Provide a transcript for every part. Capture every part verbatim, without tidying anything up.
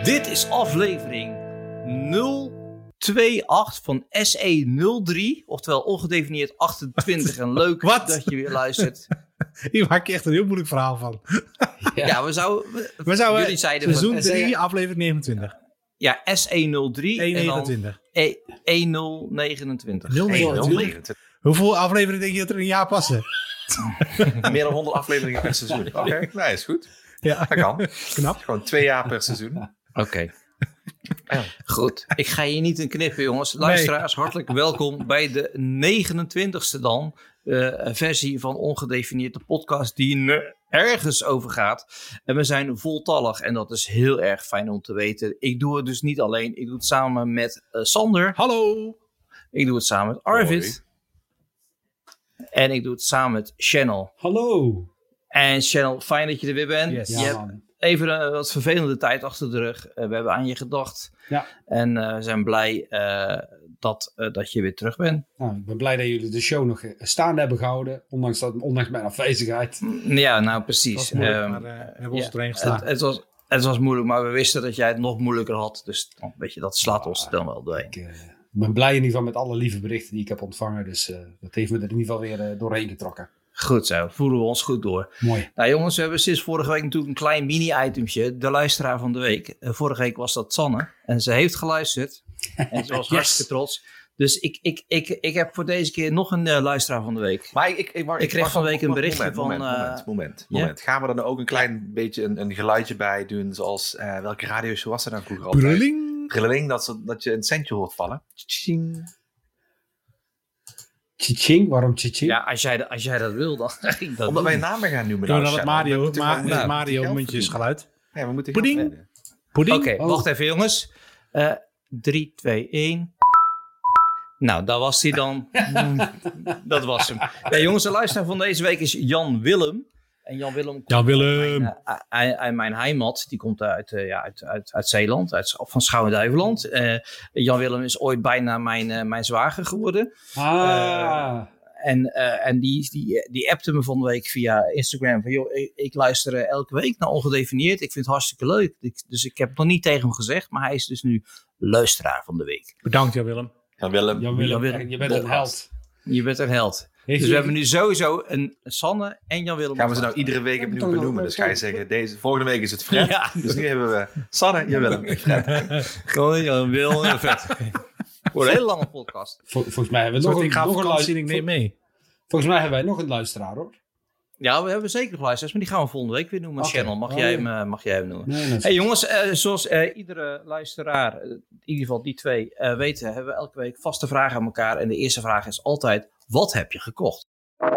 Dit is aflevering nul twee acht van S E nul drie, oftewel ongedefinieerd achtentwintig. En leuk Wat? dat je weer luistert. Hier maak je echt een heel moeilijk verhaal van. Ja, ja we zouden... We, We zouden jullie zeiden seizoen van, drie, aflevering negenentwintig. Ja, S E nul drie één en dan negenentwintig. E- één nul negenentwintig. nul negenentwintig. Hoeveel afleveringen denk je dat er in een jaar passen? Meer dan honderd afleveringen per seizoen. Oké, okay. Nee, is goed. Ja. Dat kan. Knap. Gewoon twee jaar per seizoen. Oké. Okay. Ja. Goed. Ik ga je niet in knippen, jongens. Luisteraars, nee. Hartelijk welkom bij de negenentwintigste dan. Uh, versie van Ongedefinieerd, de podcast die ergens over gaat. En we zijn voltallig en dat is heel erg fijn om te weten. Ik doe het dus niet alleen. Ik doe het samen met uh, Sander. Hallo. Ik doe het samen met Arvid. Hoi. En ik doe het samen met Channel. Hallo. En Channel, fijn dat je er weer bent. Yes. Je Ja, hebt man. even een wat vervelende tijd achter de rug. Uh, we hebben aan je gedacht. Ja. En uh, we zijn blij uh, dat, uh, dat je weer terug bent. Nou, ik ben blij dat jullie de show nog staande hebben gehouden. Ondanks, dat, ondanks mijn afwezigheid. Ja, nou precies. Dat was moeilijk, Um, maar uh, hebben we ons ja, doorheen gestaan. Het, het, was, het was moeilijk, maar we wisten dat jij het nog moeilijker had. Dus dan, weet je, dat slaat ons dan wel doorheen. Ik uh, ben blij in ieder geval met alle lieve berichten die ik heb ontvangen. Dus uh, dat heeft me er in ieder geval weer uh, doorheen getrokken. Goed zo, voelen we ons goed door. Mooi. Nou jongens, we hebben sinds vorige week natuurlijk een klein mini-itemtje. De luisteraar van de week. Uh, vorige week was dat Sanne. En ze heeft geluisterd. En ze was Yes. hartstikke trots. Dus ik, ik, ik, ik heb voor deze keer nog een uh, luisteraar van de week. Maar ik, ik, ik, ik, Ik kreeg wacht, van de week wacht, een berichtje moment, van, Moment, uh, moment, moment, ja? moment. Gaan we dan ook een klein beetje een, een geluidje bij doen, zoals uh, welke radioshow was er dan vroeger altijd? Brulling. Brilling, dat, zo- dat je een centje hoort vallen. Tjing. Chiching, waarom chiching? Ja, als jij, als jij dat wil, dan ga ik dat Omdat doen. wij namen gaan noemen. Kunnen we nou, dan het Channel. Mario, We moeten ma- gewoon- het ja, Mario geld muntjes verdienen. geluid? Ja, we moeten Pudding. geld verdienen. Pudding? Oké, okay, Oh. wacht even jongens. Uh, drie, twee, één. Nou, dat was hij dan. Dat was hem. Ja, jongens, de luisteraar van deze week is Jan Willem. En Jan Willem komt Jan Willem. uit mijn, uh, uit, uit mijn heimat. Die komt uit, uh, ja, uit, uit, uit Zeeland, uit, van Schouwen-Duiveland. Uh, Jan Willem is ooit bijna mijn, uh, mijn zwager geworden. Ah. Uh, En, uh, en die, die, die appte me van de week via Instagram van joh, ik, ik luister uh, elke week naar Ongedefinieerd. Ik vind het hartstikke leuk. Ik, dus ik heb het nog niet tegen hem gezegd, maar hij is dus nu luisteraar van de week. Bedankt Jan Willem. Ja, Willem. Jan Willem, Jan Willem. je bent een held. Je bent een held. Heeft Dus u- we hebben nu sowieso een Sanne en Jan Willem. Gaan we ze nou iedere week opnieuw benoemen. Dus ga je zeggen, deze, volgende week is het Fred. Ja. Dus nu hebben we Sanne, Jan Willem en Fred. Gewoon Jan Willem en vet. Voor een hele lange podcast. Vol- volgens mij hebben we Soort, nog ik een, ga nog een vakantie en ik luister- neem mee. Volgens mij hebben wij nog een luisteraar, hoor. Ja, we hebben zeker nog luisteraars, maar die gaan we volgende week weer noemen. Oké. Channel, mag, Oh, jij ja. hem, uh, mag jij hem noemen? Nee, nee, Hey jongens, uh, zoals uh, iedere luisteraar, uh, in ieder geval die twee, uh, weten, hebben we elke week vaste vragen aan elkaar. En de eerste vraag is altijd, wat heb je gekocht?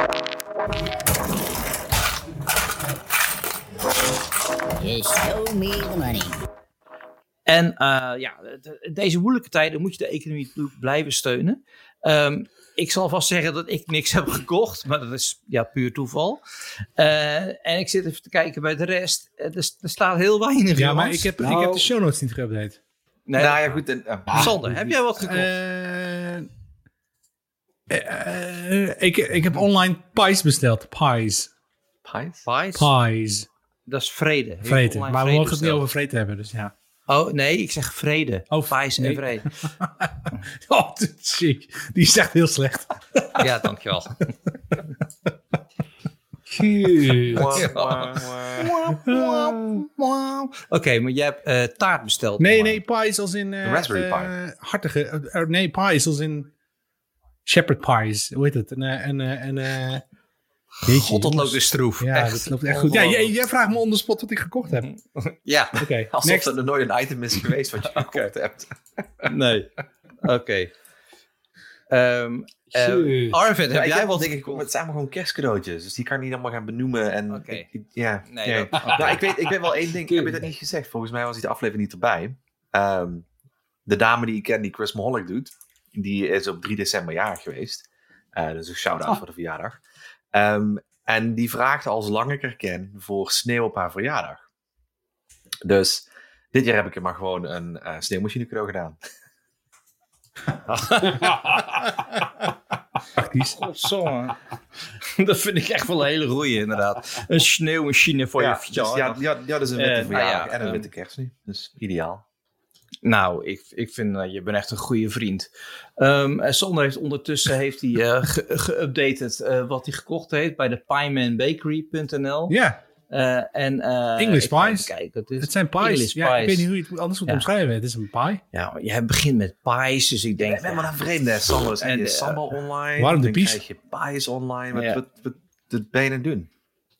Just show me the money. En uh, ja, de, deze moeilijke tijden moet je de economie natuurlijk blijven steunen. Um, ik zal vast zeggen dat ik niks heb gekocht, maar dat is ja, puur toeval. Uh, en ik zit even te kijken bij de rest. Uh, er, er staat heel weinig. Ja, maar jongens. ik heb, Nou- ik heb de show notes niet geüpdate. Nee, Nou ja, goed. En, uh, Sander, heb jij wat gekocht? Uh, uh, ik, ik heb online pies besteld. Pies. Pies? Pies? Pies. Dat is vrede. Heeft Vreten. online Maar we vrede mogen het niet besteld. over vreten hebben, dus ja. Oh, nee, ik zeg vrede. Oh, Pies nee. en vrede. Oh, shit. Die is echt heel slecht. Ja, dankjewel. Phew. Wah, wah, wah. Oké, okay, maar jij hebt uh, taart besteld. Nee, online. nee, pies als in... Uh, De Raspberry uh, Pi. hartige... Uh, nee, pies als in... Shepherd pies. Hoe heet het? En... Uh, en, uh, en uh, jeetje, God, dat jongens. loopt dus stroef. Ja, Echt. dat loopt echt goed. Ja, jij, jij vraagt me on the spot wat ik gekocht heb. Oké, Ja, okay, Alsof next. er nooit een item is geweest wat je gekocht hebt. nee. Oké. Okay. Um, Phew. Arvid, Ja, heb ik jij heb wat denk ik, gekocht? het zijn allemaal gewoon kerstcadeautjes. Dus die kan ik niet allemaal gaan benoemen. En Oké. ik- ik- ja. Nee, ja. dat- oké. Nou, ik, weet, ik weet wel één ding. Heb je dat niet gezegd? Volgens mij was die de aflevering niet erbij. Um, de dame die ik ken, die Chris Mahalik doet, die is op drie december jarig geweest. Uh, dus een shout-out Ah. voor de verjaardag. Um, en die vraagt al zolang ik haar ken voor sneeuw op haar verjaardag. Dus dit jaar heb ik er maar gewoon een uh, sneeuwmachine cadeau gedaan. Praktisch. Godzomme. Dat vind ik echt wel een hele goeie, inderdaad. Een sneeuwmachine voor ja, je verjaardag. Dus ja, ja, ja, dus een witte Eh, verjaardag nou ja, en een um, witte kerst nu. Dus ideaal. Nou, ik, ik vind, uh, je bent echt een goede vriend. Um, en Sander heeft ondertussen heeft hij uh, geüpdated uh, wat hij gekocht heeft bij de pieman bakery punt n l. Ja, Uh, en, uh, English pies. Kijk, het, is het zijn pies. English Ja, ik pies. weet niet hoe je het anders moet Ja. omschrijven. Het is een pie. Ja, maar jij begint met pies, dus ik denk... Ik ben maar een vreemde. Sander is En, en, uh, sambal online. waarom de dan pies? krijg je pies online. Wat, Ja. wat, wat, wat ben je aan het doen?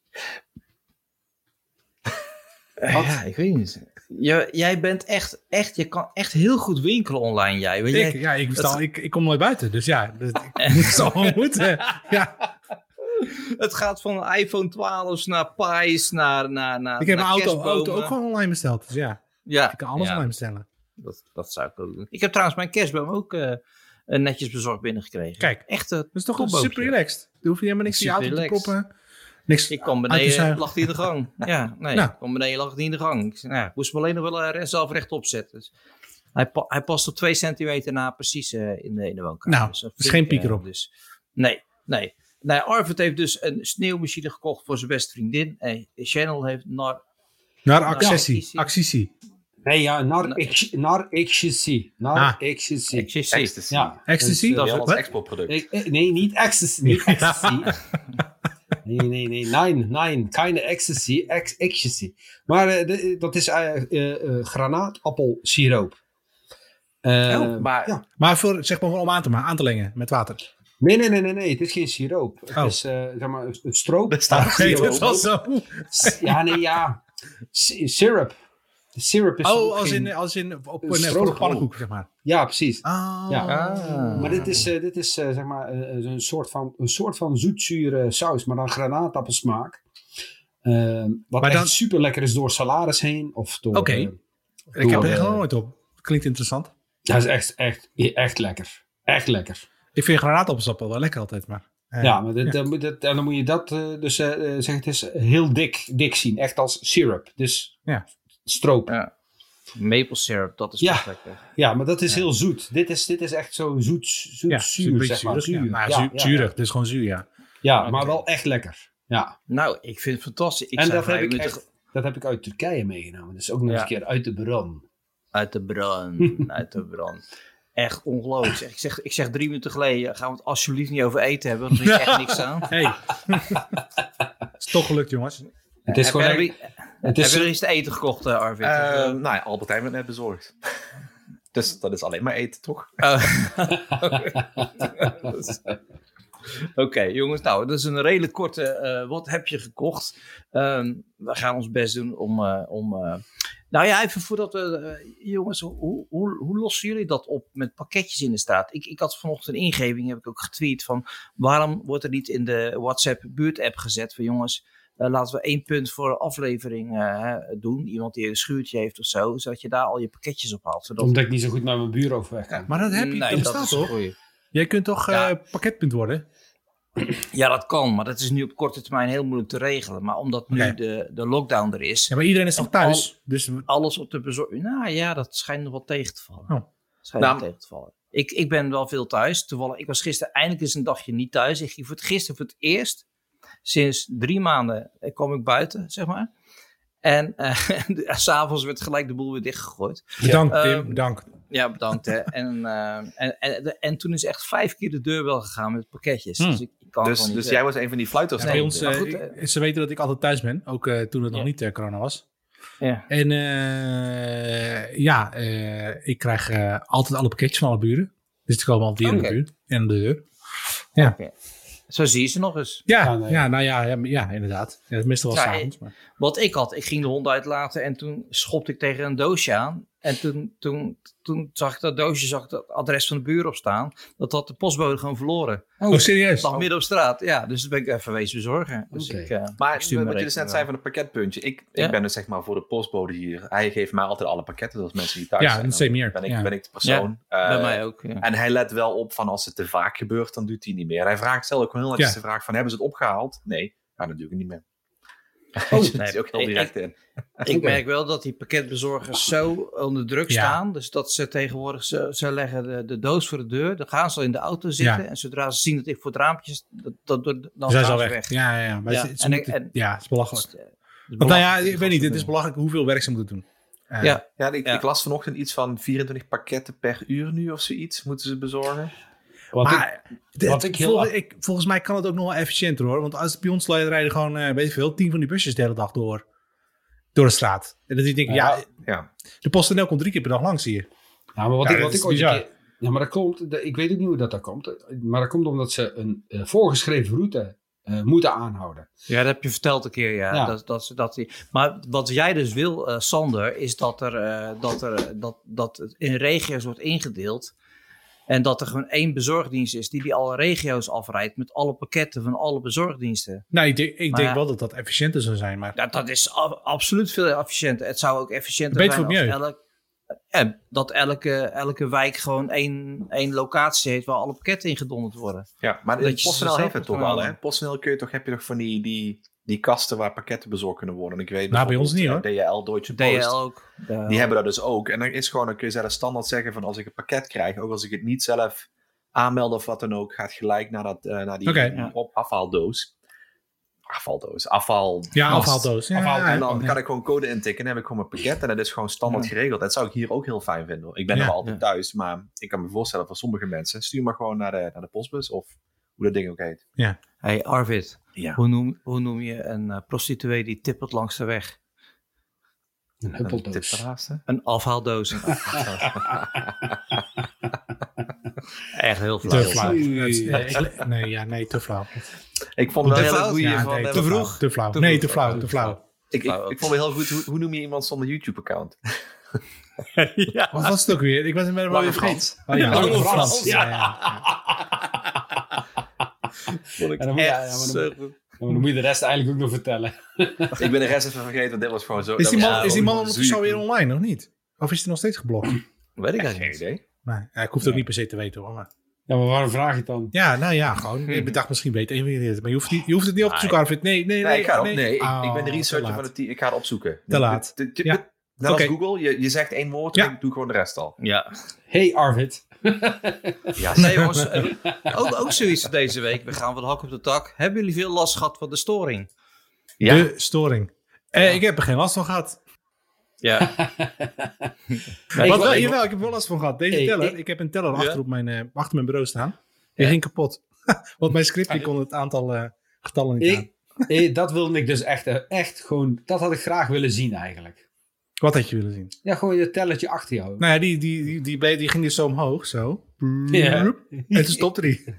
Uh, ja, ik weet niet. Je, jij bent echt, echt, je kan echt heel goed winkelen online, jij. Want jij Ik, ja, ik, dat- bestel, ik, ik kom nooit buiten. Dus ja, dus, ik moet zo moeten. Ja, Het gaat van iPhone twaalf naar pies, naar, naar, naar ik heb naar mijn auto, kerstbomen. auto ook gewoon online besteld. Dus ja, Ja, ik kan alles ja, online bestellen. Dat, dat zou ik ook doen. Ik heb trouwens mijn kerstboom ook uh, netjes bezorgd binnengekregen. Kijk. Echt, uh, Dat is toch topboompje. super relaxed. Dan hoef je helemaal niks in je Super auto te relaxed. proppen. Niks Ik kwam uit te beneden, zuigen. lag hij in de gang. Ja, nee, Nou. ik kwam beneden, lag hij in de gang. Ik, zei, nou, ik moest me alleen nog wel uh, zelf rechtop zetten. Dus hij, pa- hij past op twee centimeter na precies uh, in, de, in de woonkamer. Nou, Dus dat er is vind geen ik, piek uh, erop. Dus, nee, nee. nee. Arvid heeft dus een sneeuwmachine gekocht voor zijn beste vriendin. En Channel heeft naar... Naar Ja, accessie. accessie. Accessie. Nee, ja, naar Nee. ex- naar ecstasy. Naar Ah. ecstasy. Ecstasy. Ecstasy. Ja. Ecstasy? Dus, Dat eh, is als Wat? exportproduct. ik- eh, nee, niet ecstasy. Niet ecstasy. Nee, nee, nee. Nee, nee. Keine ecstasy. Ex ecstasy. Maar eh, de- dat is uh, uh, uh, granaatappelsiroop. Uh, Oh, maar- ja. Maar voor, zeg maar om aan te, ma- aan te lengen met water. Nee, nee, nee, nee, nee. Het is geen siroop. Het Oh. is, uh, zeg maar, het stroop. Dat staat Nee, siroop. dat is wel zo. Ja, nee, ja. Si- Syrup. De syrup is Oh, ook als geen- in, als in op Een een, voor een stroop. pannenkoek, zeg maar. Ja, precies. Ah. Ja. Ah. Maar dit is, uh, dit is uh, zeg maar uh, een, soort van, een soort van zoetzure saus, maar dan granaatappelsmaak. Uh, wat Maar echt dan- super lekker is door salades heen. Of door. Oké. uh, Ik door, heb er echt uh, nog nooit op. Klinkt interessant. Dat is echt, echt, echt lekker. Echt lekker. Ik vind granaatappelsap wel lekker altijd, maar... eh, ja, maar dit, dan moet dit- en dan moet je dat uh, dus uh, uh, zeg het is heel dik, dik zien. Echt als syrup. Dus Ja. stroop. Ja. Ja. Maple syrup, dat is Ja. echt lekker. maar dat is heel zoet. Dit is, dit is echt zo zoet, zoet ja, zuur, een beetje zeg maar. zuurig, Zuur. Ja. Nou, Ja, zu- ja, ja. zuurig, het is gewoon zuur, ja. Ja, Oké. maar wel echt lekker. Ja. Nou, ik vind het fantastisch. Ik en zei dat heb, vijf ik minuten echt, dat heb ik uit Turkije meegenomen. Dus ook nog eens Ja. een keer uit de bron. Uit de bron, uit de bron. Echt ongelooflijk. zeg. Ik zeg, ik zeg drie minuten geleden, gaan we het alsjeblieft niet over eten hebben. Dan is er echt niks aan. Hey. Het is toch gelukt, jongens. Het is Heb gewoon jij echt- er- het Heb is, je er eens te eten gekocht, uh, Arvid? Uh, Of, uh, nou ja, Albert Heijn werd net bezorgd. Dus dat is alleen maar eten, toch? Oké, okay, jongens. Nou, dat is een redelijk korte. Uh, wat heb je gekocht? Um, we gaan ons best doen om. Uh, om uh, nou ja, even voordat we. Uh, jongens, hoe, hoe, hoe lossen jullie dat op met pakketjes in de straat? Ik, ik had vanochtend een ingeving, heb ik ook getweet. Van waarom wordt er niet in de WhatsApp buurt-app gezet? Van jongens, uh, laten we één punt voor aflevering uh, doen. Iemand die een schuurtje heeft of zo. Zodat je daar al je pakketjes op haalt. Zodat... omdat ik niet zo goed met mijn buren overweg kan. Maar dat heb je, Nee, dat dat bestaat is toch? een goeie. Jij kunt toch Ja. eh, pakketpunt worden? Ja, dat kan, maar dat is nu op korte termijn heel moeilijk te regelen. Maar omdat nu Oké. de, de lockdown er is, Ja, maar iedereen is toch En thuis? Dus alles op de bezorging. Nou ja, dat schijnt nog wel tegen te vallen. Oh. Schijnt Nou, nog tegen te vallen. Ik, ik ben wel veel thuis. Toevallig, ik was gisteren eindelijk eens een dagje niet thuis. Ik ging voor het gisteren voor het eerst sinds drie maanden eh, kwam ik buiten, zeg maar. En uh, s'avonds werd gelijk de boel weer dichtgegooid. bedankt, Eh, Tim. Bedankt. Ja, bedankt. Hè. En, uh, en, en, en toen is echt vijf keer de deur wel gegaan met pakketjes. Hmm. Dus ik, ik kan Dus, gewoon niet dus weg. jij was een van die fluiters. Ja, nee, bij ons, maar eh, goed, ik- eh. ze weten dat ik altijd thuis ben. Ook eh, toen het nog Ja. niet eh, corona was. Ja. En eh, ja, eh, ik krijg eh, altijd alle pakketjes van alle buren. Dus die komen altijd hier in Oké. de buurt. En aan de deur. Ja. Okay. Zo zie je ze nog eens. Ja, Ja, nee. ja, nou ja, ja, ja inderdaad. Ja, meestal wel Ja, s'avonds. Maar... Wat ik had, ik ging de hond uitlaten en toen schopte ik tegen een doosje aan. En toen, toen, toen zag ik dat doosje, zag ik het adres van de buur op staan. Dat had de postbode gewoon verloren. Oh, serieus? Het lag midden op straat. Ja, dus toen ben ik even wezen bezorgen. Dus Oké. ik, uh, Maar ik stuur wat mijn je dus net rekening zei wel. van het pakketpuntje. Ik, Ja. ik ben dus zeg maar voor de postbode hier. Hij geeft mij altijd alle pakketten. Dus mensen die thuis Ja, zijn. dat dan same hier. Ben ik, Ja. ben ik de persoon. Bij Eh, mij ook. Ja. En hij let wel op van als het te vaak gebeurt, dan doet hij niet meer. En hij vraagt zelf ook heel netjes Ja. de vraag van hebben ze het opgehaald? Nee, ja, dat doe ik niet meer. Oh, dat is ook heel direct ik, in. Ik okay. merk wel dat die pakketbezorgers zo onder druk ja. staan. Dus dat ze tegenwoordig, ze, ze leggen de, de doos voor de deur. Dan gaan ze al in de auto zitten. Ja. En zodra ze zien dat ik voor het raampje dat, dat, dat, dan zijn ze al weg. weg. Ja, ja, ja. Maar ja. Het, het, en, het, en, ja, het is belachelijk. Het is, het is belachelijk. Want, nou ja, ik weet niet. Het is belachelijk hoeveel werk ze moeten doen. Uh, ja, ja, ik, ja, ik las vanochtend iets van vierentwintig pakketten per uur nu of zoiets. Moeten ze bezorgen. Wat maar ik, de, wat ik heel volgens, ik, volgens mij kan het ook nog wel efficiënter hoor. Want als de pionsluiten rijden gewoon, uh, weet je veel, tien van die busjes de hele dag door. Door de straat. En dat ik denk, ja, ja, ja. de PostNL komt drie keer per dag langs hier. Ja, maar wat ja, ik, wat ik ooit een keer, ja, maar dat komt, de, ik weet ook niet hoe dat, dat komt. Maar dat komt omdat ze een uh, voorgeschreven route uh, moeten aanhouden. Ja, dat heb je verteld een keer, ja. ja. Dat, dat, dat die, maar wat jij dus wil, uh, Sander, is dat er, uh, dat er uh, dat, dat het in regio's wordt ingedeeld. En dat er gewoon één bezorgdienst is die die alle regio's afrijdt met alle pakketten van alle bezorgdiensten. Nou, ik denk, ik denk ja, wel dat dat efficiënter zou zijn. Maar... Ja, dat is a- absoluut veel efficiënter. Het zou ook efficiënter Beter zijn als elk, ja, dat elke, elke wijk gewoon één, één locatie heeft waar alle pakketten in gedonderd worden. Ja, maar PostNL heeft het toch al, hè? PostNL kun je toch, heb je toch van die, die, die kasten waar pakketten bezorgd kunnen worden. En ik weet nou, bij ons niet hoor. D H L, Deutsche Post. D H L ook. Ja. Die hebben dat dus ook. En dan is gewoon, dan kun je zelf standaard zeggen van als ik een pakket krijg, ook als ik het niet zelf aanmeld of wat dan ook, gaat gelijk naar, dat, uh, naar die okay, ja. op afhaaldoos. Afvaldoos, afval. Ja, afvaldoos. Ja, afval. En dan kan ik gewoon code intikken en dan heb ik gewoon mijn pakket en dat is gewoon standaard ja. geregeld. Dat zou ik hier ook heel fijn vinden. Ik ben ja, er altijd ja. thuis, maar ik kan me voorstellen voor sommige mensen, stuur maar gewoon naar de, naar de postbus of hoe dat ding ook heet. Ja. Hey Arvid, ja. hoe, noem, hoe noem je een uh, prostituee die tippelt langs de weg? Een huppeldoos. Een, een afhaaldoos. Echt heel flauw. Te flauw. Nee, nee, ja, nee, te flauw. Ik vond het wel heel goed. Ja, van, nee, te vroeg. Te flauw. Nee, te flauw. Te flauw. Ik, ik, ik vond het heel goed. Hoe, hoe noem je iemand zonder YouTube-account? Ja. Wat was het ook weer? Ik was hem wel weer vergeten. Oh, ja, Lange Frans. Frans. Ja, ja, ja. Vond ik echt ja, maar dan, ja, dan moet je de rest eigenlijk ook nog vertellen. Ik ben de rest even vergeten, want dit was gewoon zo. Is die man, ja, is die man ondertussen alweer online, of niet? Of is hij nog steeds geblokt? Weet ik eigenlijk geen idee. Nee, ja, ik hoef het ja. ook niet per se te weten hoor. Maar... Ja, maar waarom vraag je het dan? Ja, nou ja, gewoon. Ik bedacht misschien beter. Maar je hoeft, niet, je hoeft het niet op te zoeken, Arvid. Nee, nee, nee. Nee, ik, ga nee. Op, nee. Oh, ik, ik ben de researcher van het team. Ik ga het opzoeken. Te laat. De, de, de, ja. Net okay. als Google, je, je zegt één woord, ja. ik doe gewoon de rest al. Ja. Hey Arvid. Ja, nee jongens, ook, ook zoiets deze week. We gaan van de hak op de tak. Hebben jullie veel last gehad van de storing? Ja. De storing. Ja. Eh, ik heb er geen last van gehad. Ja. nee, Wat wel, ik, jawel, ik heb wel last van gehad. Deze hey, teller, ik, ik heb een teller ja? achter, op mijn, uh, achter mijn bureau staan. Die ja. ging kapot. Want mijn scriptje kon het aantal uh, getallen niet ik, aan. Ik, dat wilde ik dus echt, echt gewoon... Dat had ik graag willen zien eigenlijk. Wat had je willen zien? Ja, gewoon je tellertje achter jou. Nou ja, die, die, die, die, die, die ging dus zo omhoog, zo. Ja. En toen stopte die.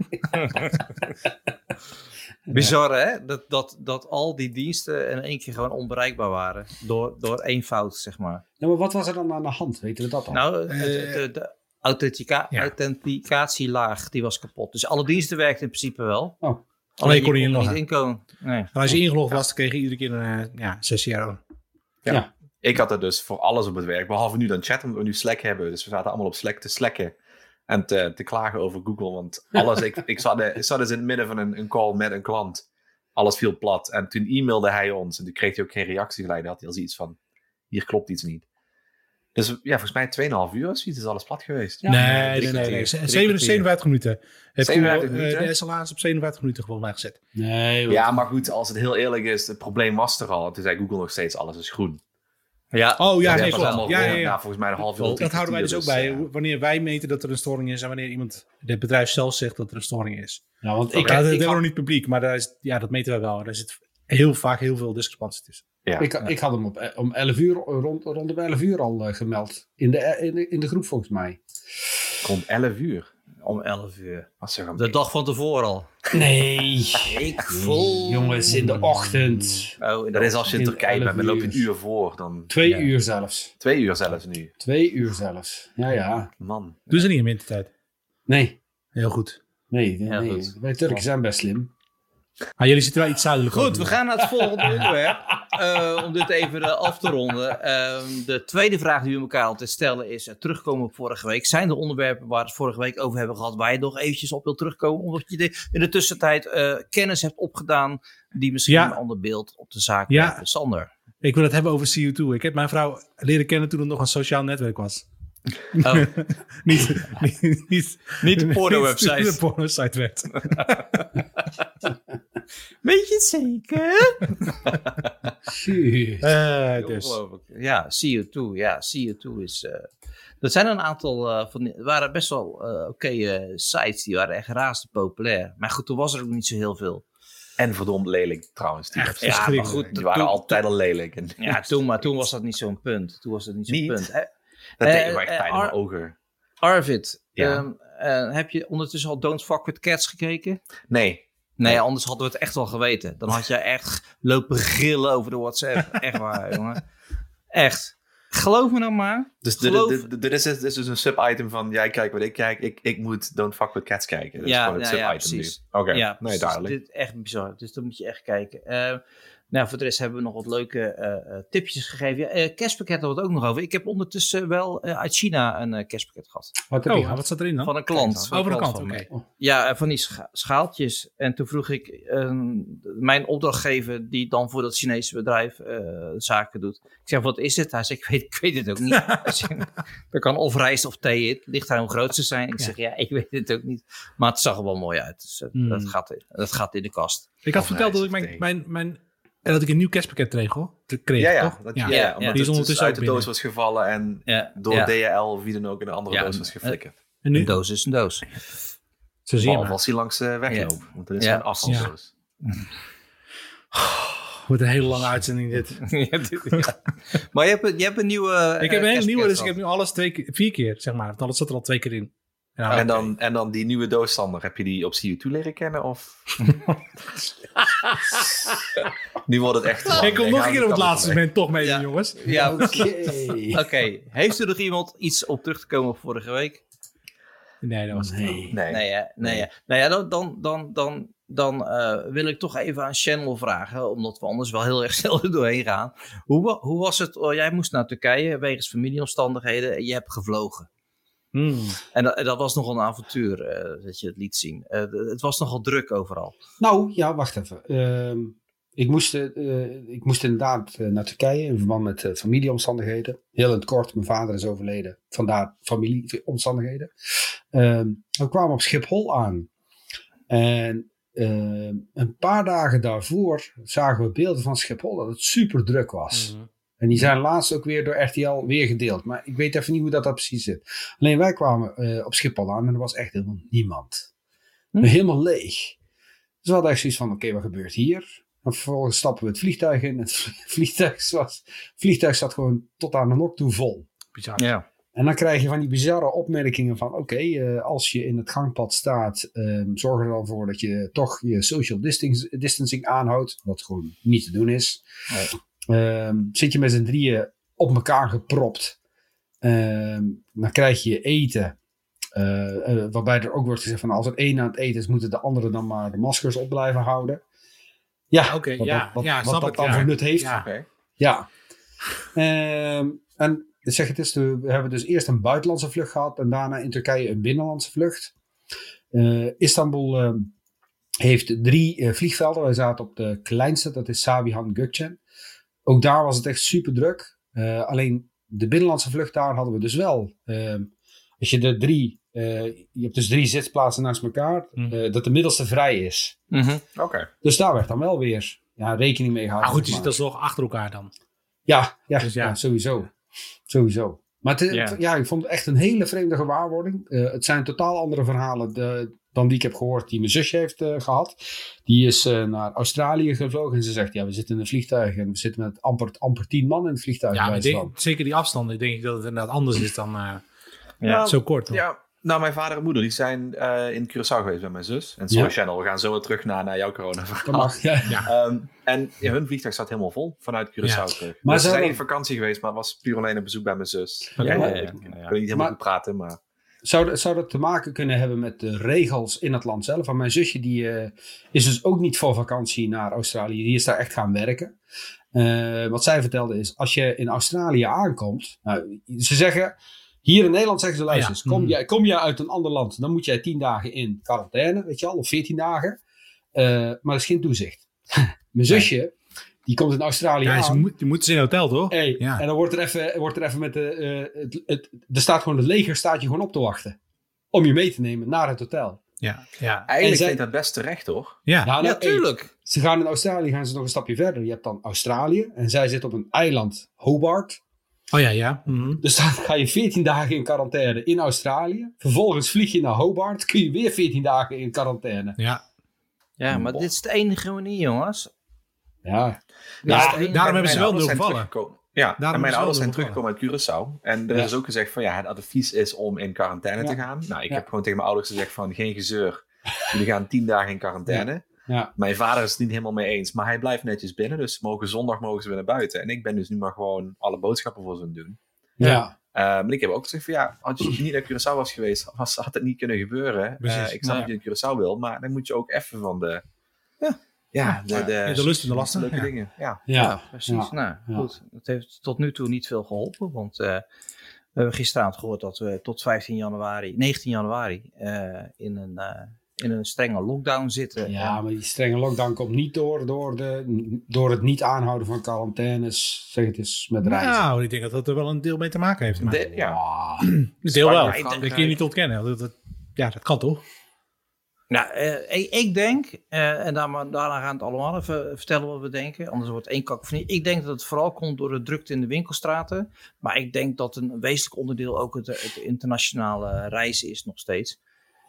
Bizar hè, dat, dat, dat al die diensten in één keer gewoon onbereikbaar waren. Door, door één fout, zeg maar. Ja, maar wat was er dan aan de hand? Weten we dat al? Nou, uh, de, de, de authentica- ja. authenticatielaag, die was kapot. Dus alle diensten werkten in principe wel. Oh. Alleen kon je niet inkomen. Nee. En als je ingelogd was, dan kreeg je iedere keer een ja, zes euro. Ja. ja. Ik had er dus voor alles op het werk. Behalve nu dan chat, omdat we nu Slack hebben. Dus we zaten allemaal op Slack te slacken. En te, te klagen over Google. Want alles, ik, ik, zat, ik zat dus in het midden van een, een call met een klant. Alles viel plat. En toen e-mailde hij ons. En toen kreeg hij ook geen reactie gelijk. Dan had hij al zoiets van, hier klopt iets niet. Dus ja, volgens mij tweeënhalf uur of zoiets is alles plat geweest. Ja. Nee, nee, nee. nee. zevenenvijftig minuten. Heb zevenenvijftig minuten? De S L A's op zevenenvijftig minuten gewoon mij gezet. Nee. Hoor. Ja, maar goed, als het heel eerlijk is. Het probleem was er al. Toen zei Google nog steeds, alles is groen. Ja. Oh ja, nee, klopt. Ja, ja, ja. Nou, volgens mij een half uur. Dat houden wij dus ook bij. Ja. Wanneer wij meten dat er een storing is en wanneer iemand, het bedrijf zelf zegt dat er een storing is. Ja, want ik, ja, dat hebben we nog niet publiek, maar daar is, ja, dat meten wij wel. Daar zit heel vaak heel veel discrepantie tussen. Ja. Ik, ja. ik had hem op, om elf uur, rond, rond de elf uur al uh, gemeld. In de, in, de, in de groep volgens mij. Rond elf uur? Om elf uur. De dag van tevoren al. Nee. Ik voel... Jongens, in de ochtend. Oh, dat is als je in, in Turkije bent. Dan loop je een uur voor. Dan... Twee ja. uur zelfs. Twee uur zelfs nu. Twee uur zelfs. Ja, ja. Man. Doen ze niet in wintertijd? Nee. Heel goed. Nee, nee, nee. Goed. Wij Turken zijn best slim. Ah, jullie zitten wel iets zuidelijker. Goed, we gaan naar het volgende onderwerp. Uh, om dit even uh, af te ronden. Uh, de tweede vraag die we elkaar altijd stellen is... Uh, terugkomen op vorige week. Zijn er onderwerpen waar we het vorige week over hebben gehad... waar je nog eventjes op wilt terugkomen? Omdat je de, in de tussentijd uh, kennis hebt opgedaan... die misschien ja. een ander beeld op de zaak ja. hebben. Sander. Ik wil het hebben over C U twee. Ik heb mijn vrouw leren kennen toen het nog een sociaal netwerk was. Oh. niet, niet, niet, niet de porno-website. Niet de porno-site werd. Weet je het zeker? uh, dus. Ja, C U twee. Ja, C U twee is... Uh, er zijn een aantal... Uh, van, er waren best wel uh, oké okay, uh, sites. Die waren echt razend populair. Maar goed, toen was er ook niet zo heel veel. En verdomd lelijk trouwens. Die echt, ja, maar goed. Die waren toen, altijd al lelijk. En ja, toen, maar toen was dat niet zo'n punt. Toen was dat niet zo'n niet? punt. Hè? Dat deed je echt pijn in mijn ogen. Arvid, ja. um, uh, heb je ondertussen al Don't Fuck With Cats gekeken? Nee. Nee, anders hadden we het echt wel geweten. Dan had jij echt lopen gillen over de WhatsApp. Echt waar, jongen. Echt. Geloof me nou maar. Dus Geloof... dit, dit, dit, is, dit is dus een sub-item van... jij kijkt wat ik kijk. Ik, ik moet Don't Fuck With Cats kijken. Dat ja, is gewoon het ja, sub-item ja, nu. Oké, okay. ja, nee, duidelijk. Dit is echt bizar. Dus dan moet je echt kijken. Uh, nou, voor de rest hebben we nog wat leuke uh, uh, tipjes gegeven. Ja, uh, kerstpakket hadden we het ook nog over. Ik heb ondertussen wel uh, uit China een uh, kerstpakket gehad. Wat heb je oh, wat zat erin dan? Van een klant. Van Over een klant, oké. Okay. Ja, van die scha- schaaltjes. En toen vroeg ik uh, mijn opdrachtgever, die dan voor dat Chinese bedrijf uh, zaken doet. Ik zeg, wat is het? Hij zegt, ik weet, ik weet het ook niet. Er kan of rijst of thee in. Ligt daar hoe groot ze zijn. Ik ja. zeg, ja, ik weet het ook niet. Maar het zag er wel mooi uit. Dus uh, mm. dat, gaat, dat gaat in de kast. Ik had of verteld dat ik mijn... mijn, mijn En dat ik een nieuw kerstpakket kreeg, hoor. kreeg ja, ja, toch? dat, ja. ja, ja, omdat die is ondertussen uit de doos was gevallen en ja. door ja. D H L of wie dan ook in een andere ja. doos was geflikkerd. En nu? Een doos is een doos. Zo zie je maar. Of als hij langs de weg ja. loopt, want dat is ja. een afstandsdoos. Ja. Wordt een hele lange uitzending dit. ja, dit ja. Maar je hebt, je hebt een nieuwe... Ik heb een hele nieuwe, dus ik heb nu alles twee keer, vier keer, zeg maar. Want alles zat er al twee keer in. Ja, en, dan, en dan die nieuwe doos, Sander, heb je die op C U twee leren kennen? Of? Nu wordt het echt lang. Ik kom nog een keer op het laatste moment toch mee, ja. jongens. Ja, oké. Okay. okay. Heeft er nog iemand iets op terug te komen op vorige week? Nee, dat was het nee. niet. Nee, nee, ja, nee, ja. Nou ja, dan, dan, dan, dan, dan uh, wil ik toch even aan Channel vragen, omdat we anders wel heel erg snel er doorheen gaan. Hoe, hoe was het? Oh, jij moest naar Turkije wegens familieomstandigheden en je hebt gevlogen. Hmm. En, dat, en dat was nogal een avontuur, uh, dat je het liet zien. Uh, het was nogal druk overal. Nou, ja, wacht even. Uh, ik, moest, uh, ik moest inderdaad uh, naar Turkije in verband met uh, familieomstandigheden. Heel in het kort, mijn vader is overleden. Vandaar familieomstandigheden. Uh, we kwamen op Schiphol aan. En uh, een paar dagen daarvoor zagen we beelden van Schiphol dat het super druk was. Mm-hmm. En die zijn laatst ook weer door R T L weer gedeeld. Maar ik weet even niet hoe dat, dat precies zit. Alleen wij kwamen uh, op Schiphol aan en er was echt helemaal niemand. Hm? Helemaal leeg. Dus we hadden echt zoiets van, oké, okay, wat gebeurt hier? En vervolgens stappen we het vliegtuig in. Het vliegtuig, was, het vliegtuig zat gewoon tot aan de nok toe vol. Bizar. Ja. En dan krijg je van die bizarre opmerkingen van, oké, okay, uh, als je in het gangpad staat, um, zorg er dan voor dat je toch je social distancing, distancing aanhoudt. Wat gewoon niet te doen is. Nee. Um, zit je met z'n drieën op elkaar gepropt. Um, dan krijg je eten. Uh, uh, waarbij er ook wordt gezegd van als er één aan het eten is, moeten de anderen dan maar de maskers op blijven houden. Ja, okay, wat, ja, wat, ja, wat dat ik, dan ja. voor nut heeft. Ja. Okay. ja. Um, en zeg het is, we hebben dus eerst een buitenlandse vlucht gehad en daarna in Turkije een binnenlandse vlucht. Uh, Istanbul uh, heeft drie uh, vliegvelden. Wij zaten op de kleinste, dat is Sabiha Gökçen. Ook daar was het echt super druk. Uh, alleen de binnenlandse vlucht daar hadden we dus wel. Uh, als je de drie, uh, je hebt dus drie zitplaatsen naast elkaar, mm. uh, dat de middelste vrij is. Mm-hmm. Oké. Okay. Dus daar werd dan wel weer ja, rekening mee gehouden. Maar goed, je zit alsnog achter elkaar dan. Ja, ja, dus ja. ja sowieso. Sowieso. Maar het, yeah. het, ja, ik vond het echt een hele vreemde gewaarwording. Uh, het zijn totaal andere verhalen de, dan die ik heb gehoord die mijn zusje heeft uh, gehad. Die is uh, naar Australië gevlogen en ze zegt, ja, we zitten in een vliegtuig en we zitten met amper, amper tien man in het vliegtuig. Ja, maar denk, zeker die afstanden, denk ik dat het inderdaad anders is dan uh, ja. zo kort. Toch? Ja, nou, mijn vader en moeder die zijn uh, in Curaçao geweest met mijn zus. En sorry ja. Channel, we gaan zo weer terug naar, naar jouw corona-verhaal. Ja. Ja. Um, en ja, hun vliegtuig staat helemaal vol vanuit Curaçao ja. terug. Maar dus ze zijn dan... in vakantie geweest, maar het was puur alleen een bezoek bij mijn zus. Okay. Ja, ja, ja, ja. Ik, ik, ik kan niet helemaal maar... goed praten, maar... zou, zou dat te maken kunnen hebben met de regels in het land zelf? Want mijn zusje die, uh, is dus ook niet voor vakantie naar Australië. Die is daar echt gaan werken. Uh, wat zij vertelde is, als je in Australië aankomt... Nou, ze zeggen... Hier in Nederland zeggen ze, luister eens, kom, jij, kom jij uit een ander land, dan moet jij tien dagen in quarantaine, weet je al, of veertien dagen. Uh, maar dat is geen toezicht. Mijn zusje, die komt in Australië ja, aan. Ze moet, die moeten ze in een hotel, toch? Hey, ja. En dan wordt er even, wordt er even met de, uh, het, het, er staat gewoon het leger, staat je gewoon op te wachten. Om je mee te nemen naar het hotel. Ja, ja. Eigenlijk zij, vind ik dat best terecht, hoor. Ja, ja, nou, ja tuurlijk. Hey, ze gaan in Australië, gaan ze nog een stapje verder. Je hebt dan Australië en zij zit op een eiland, Hobart. Oh ja, ja. Mm-hmm. Dus dan ga je veertien dagen in quarantaine in Australië. Vervolgens vlieg je naar Hobart. Kun je weer veertien dagen in quarantaine. Ja. Ja, maar oh. dit is de enige manier, jongens. Ja. ja enige... Daarom hebben ze wel nul gevallen. Ja, daarom en mijn ouders zijn teruggekomen uit Curaçao. En er ja. is ook gezegd van ja, het advies is om in quarantaine ja. te gaan. Nou, ik ja. heb gewoon tegen mijn ouders gezegd van geen gezeur. Jullie gaan tien dagen in quarantaine. Ja. Ja. Mijn vader is het niet helemaal mee eens, maar hij blijft netjes binnen. Dus mogen zondag mogen ze weer naar buiten. En ik ben dus nu maar gewoon alle boodschappen voor ze aan het doen. Ja. Uh, maar ik heb ook gezegd van ja, als je niet naar Curaçao was geweest, was, had het niet kunnen gebeuren. Uh, ik snap ja. dat je in Curaçao wil, maar dan moet je ook even van de... Ja. Ja, de, de, ja, de lust en de lasten. Leuke ja. dingen. Ja, ja. ja precies. Ja. Nou, goed. Het heeft tot nu toe niet veel geholpen, want uh, we hebben gisteravond gehoord dat we tot vijftien januari, negentien januari uh, in een... Uh, in een strenge lockdown zitten. Ja, maar die strenge lockdown komt niet door, door, de, door het niet aanhouden van quarantaines. Zeg het eens met reizen. Nou, ik denk dat dat er wel een deel mee te maken heeft. Maar... De, ja. Oh, een deel wel. Dat kun je niet ontkennen. Dat, dat, ja, dat kan toch? Nou, uh, ik, ik denk, uh, en daarna, daarna gaan we het allemaal even vertellen wat we denken. Anders wordt het één kak of niet. Ik denk dat het vooral komt door de drukte in de winkelstraten. Maar ik denk dat een wezenlijk onderdeel ook het, het internationale reizen is nog steeds.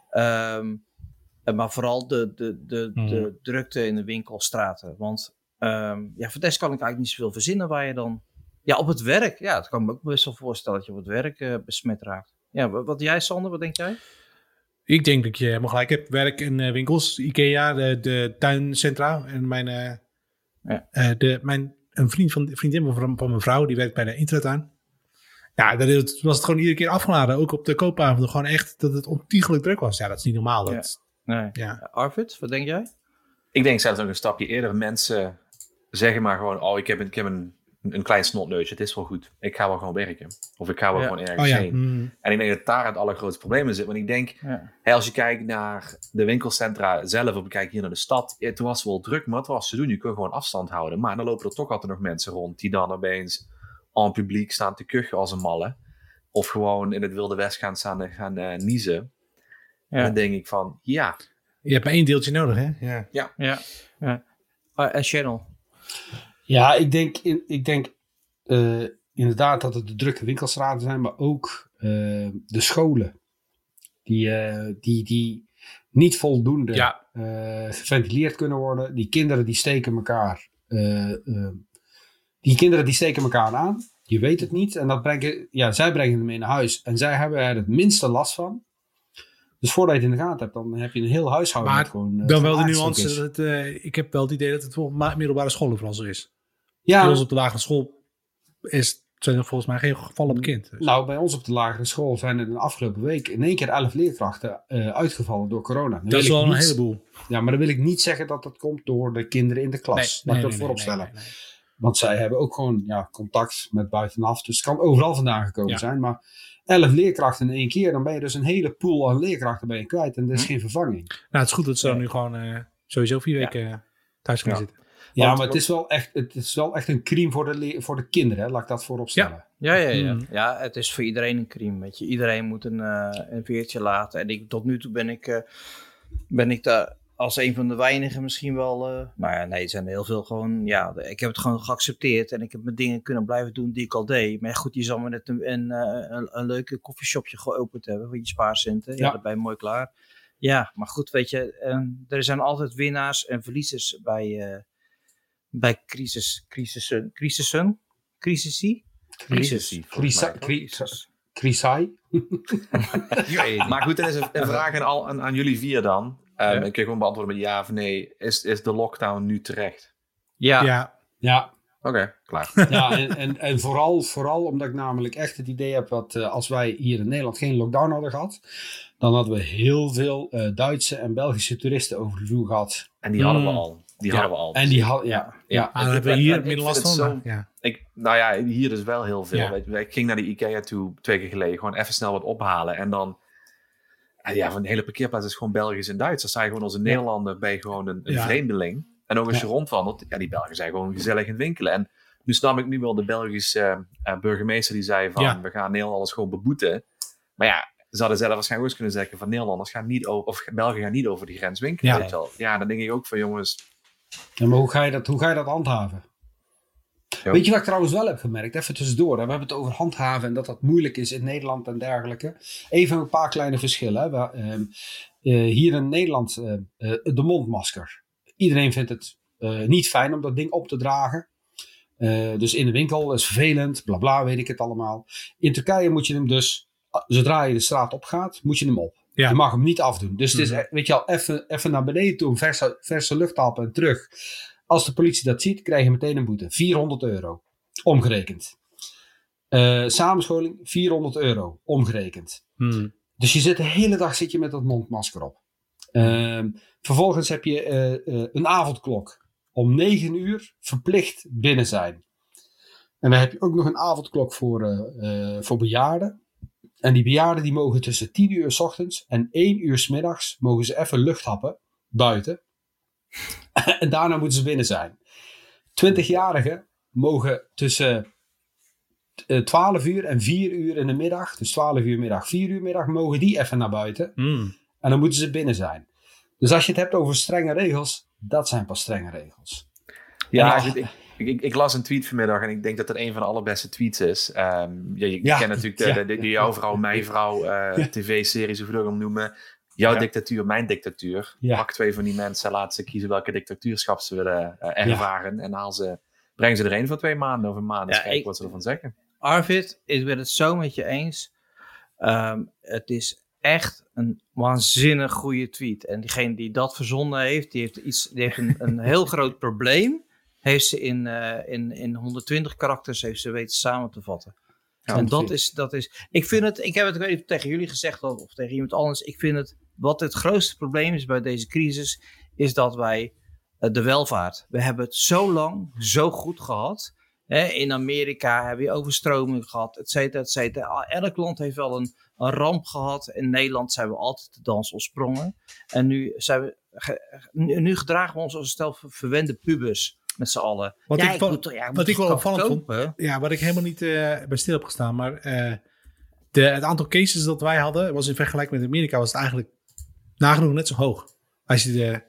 Um, Maar vooral de, de, de, de hmm. drukte in de winkelstraten. Want um, ja, voor des kan ik eigenlijk niet zoveel verzinnen waar je dan... Ja, op het werk. Ja, dat kan ik me ook best wel voorstellen dat je op het werk uh, besmet raakt. Ja, wat, wat jij, Sander, wat denk jij? Ik denk dat je helemaal gelijk hebt. Werk in uh, winkels, Ikea, de, de tuincentra. En mijn, uh, ja. uh, de, mijn een vriend van, vriendin van, van mijn vrouw, die werkt bij de intratuin. Ja, dat was het gewoon iedere keer afgeladen. Ook op de koopavond. Gewoon echt dat het ontiegelijk druk was. Ja, dat is niet normaal. Dat... Ja. Nee. Ja. Arvid, wat denk jij? Ik denk zelfs nog een stapje eerder. Mensen zeggen maar gewoon, oh, ik heb een, ik heb een, een klein snotneusje, het is wel goed. Ik ga wel gewoon werken. Of ik ga wel ja. gewoon ergens oh, ja. heen. Mm. En ik denk dat daar het allergrootste probleem in zit. Want ik denk, ja. hè, als je kijkt naar de winkelcentra zelf, of je kijkt hier naar de stad, het was wel druk, maar wat was te doen? Je kunt gewoon afstand houden. Maar dan lopen er toch altijd nog mensen rond die dan opeens en publiek staan te kuchen als een malle. Of gewoon in het Wilde West gaan staan gaan uh, niezen. Ja. En dan denk ik van, ja. Je hebt maar één deeltje nodig, hè? Ja. ja. ja. ja. Uh, en Channel? Ja, ik denk, ik denk uh, inderdaad dat het de drukke winkelstraten zijn, maar ook uh, de scholen. Die, uh, die, die niet voldoende ja. uh, geventileerd kunnen worden. Die kinderen die steken elkaar... Uh, uh, die kinderen die steken elkaar aan. Je weet het niet. En dat brengen, ja, zij brengen hem mee naar huis. En zij hebben er het minste last van. Dus voordat je het in de gaten hebt, dan heb je een heel huishouden. Maar gewoon, uh, dan wel de nuance. Dat het, uh, ik heb wel het idee dat het voor middelbare scholen vooral zo is. Ja. Bij ons op de lagere school is, zijn er volgens mij geen gevallen bekend. Dus. Nou, bij ons op de lagere school zijn er in de afgelopen week in één keer elf leerkrachten uh, uitgevallen door corona. Dan dat is wel niet, een heleboel. Ja, maar dan wil ik niet zeggen dat dat komt door de kinderen in de klas. Nee, Laat nee, ik dat nee, voorop nee, stellen. Nee, nee, nee. Want zij hebben ook gewoon ja, contact met buitenaf. Dus het kan overal vandaan gekomen ja. zijn. Maar elf leerkrachten in één keer, dan ben je dus een hele pool aan leerkrachten ben je kwijt. En er is hm. geen vervanging. Nou, het is goed dat ze dan nu gewoon uh, sowieso vier weken ja. thuis gaan ja. zitten. Ja, Want, maar het is, wel echt, het is wel echt een crime voor de, le- voor de kinderen. Hè? Laat ik dat voorop stellen. Ja, ja, ja. ja. Mm. ja het is voor iedereen een crime. Weet je. Iedereen moet een, uh, een veertje laten. En ik, tot nu toe ben ik, uh, ben ik daar als een van de weinigen misschien wel... Uh, nou ja, nee, er zijn heel veel gewoon... Ja, ik heb het gewoon geaccepteerd. En ik heb mijn dingen kunnen blijven doen die ik al deed. Maar goed, je zal maar net een, een, een, een leuke koffieshopje geopend hebben. Voor je spaarcenten. Ja, ja, daar ben je mooi klaar. Ja, maar goed, weet je. Um, er zijn altijd winnaars en verliezers bij... Uh, Bij crisis, crisissen, crisissen, crisisie, crisis, crisis, crisai. Maar goed, dan is een, een vraag aan, aan, aan jullie vier dan. Um, ja. Ik kan gewoon beantwoorden met ja of nee. Is, is de lockdown nu terecht? Ja. Ja. Ja. Oké, okay, klaar. Ja, en, en, en vooral, vooral omdat ik namelijk echt het idee heb dat uh, als wij hier in Nederland geen lockdown hadden gehad, dan hadden we heel veel uh, Duitse en Belgische toeristen over de vloer gehad. En die hadden mm. we al. Die ja. hadden we al. En die hadden, ja. ja. ja. Ah, dat hebben we hier minder last van. Zo, ja. ik, nou ja, hier dus wel heel veel. Ja. Weet je, ik ging naar de IKEA toe twee keer geleden, gewoon even snel wat ophalen. En dan, ja, van de hele parkeerplaats is gewoon Belgisch en Duits. Dan sta je gewoon als een ja. Nederlander bij gewoon een, een ja. vreemdeling. En ook als ja. je rondwandelt, ja, die Belgen zijn gewoon gezellig in het winkelen. En nu snap ik nu wel de Belgische uh, burgemeester die zei van, ja. we gaan Nederlanders gewoon beboeten. Maar ja, ze hadden zelf waarschijnlijk ook kunnen zeggen van Nederlanders gaan niet over, of Belgen gaan niet over die grens winkelen. Ja, weet je wel. Ja, dan denk ik ook van jongens. Ja, maar hoe ga je dat, hoe ga je dat handhaven? Jo. Weet je wat ik trouwens wel heb gemerkt? Even tussendoor. We hebben het over handhaven en dat dat moeilijk is in Nederland en dergelijke. Even een paar kleine verschillen. We, uh, uh, hier in Nederland uh, uh, de mondmasker. Iedereen vindt het uh, niet fijn om dat ding op te dragen. Uh, dus in de winkel is vervelend, bla bla, weet ik het allemaal. In Turkije moet je hem dus, zodra je de straat op gaat, moet je hem op. Ja. Je mag hem niet afdoen. Dus mm-hmm. het is, weet je al, even, even naar beneden toe, verse, verse lucht happen en terug. Als de politie dat ziet, krijg je meteen een boete. vierhonderd euro, omgerekend. Uh, samenscholing, vierhonderd euro, omgerekend. Mm. Dus je zit de hele dag zit je met dat mondmasker op. Uh, vervolgens heb je uh, uh, een avondklok. Om negen uur verplicht binnen zijn. En dan heb je ook nog een avondklok voor, uh, uh, voor bejaarden. En die bejaarden die mogen tussen tien uur 's ochtends en één uur 's middags mogen ze even lucht happen buiten. En daarna moeten ze binnen zijn. twintigjarigen mogen tussen uh, twaalf uur en vier uur in de middag, dus twaalf uur middag, vier uur middag, mogen die even naar buiten. Mm. En dan moeten ze binnen zijn. Dus als je het hebt over strenge regels, dat zijn pas strenge regels. Ja, ik, ik, ik, ik las een tweet vanmiddag en ik denk dat dat een van de allerbeste tweets is. Um, je je ja, kent natuurlijk de, ja, de, de, de jouw vrouw, mijn vrouw, uh, ja. tv-series, hoe je dat hem noemen. Jouw ja. dictatuur, mijn dictatuur. Ja. Pak twee van die mensen, laat ze kiezen welke dictatuurschap ze willen uh, ervaren. Ja. En haal ze, breng ze erheen voor twee maanden of een maand. Ja, kijk wat ze ervan zeggen. Arvid, ik ben het zo met je eens. Um, het is echt een waanzinnig goede tweet. En diegene die dat verzonnen heeft, die heeft, iets, die heeft een, een heel groot probleem. Heeft ze in, uh, in, in honderdtwintig karakters heeft ze weten samen te vatten. Ja, en dat is, dat is... Ik vind het... Ik heb het even tegen jullie gezegd, of tegen iemand anders. Ik vind het... Wat het grootste probleem is bij deze crisis, is dat wij uh, de welvaart... We hebben het zo lang zo goed gehad. Hè? In Amerika hebben we overstroming gehad, et cetera, et cetera. Elk land heeft wel een, een ramp gehad. In Nederland zijn we altijd de dans ontsprongen. En nu, zijn we, nu, nu gedragen we ons als een stel verwende pubers. Met z'n allen. Wat ja, ik, ik, moet, ja, wat ik wel opvallend vond. Ja, wat ik helemaal niet uh, bij stil heb gestaan. Maar uh, de, het aantal cases dat wij hadden, was in vergelijking met Amerika, was het eigenlijk nagenoeg net zo hoog. Als je de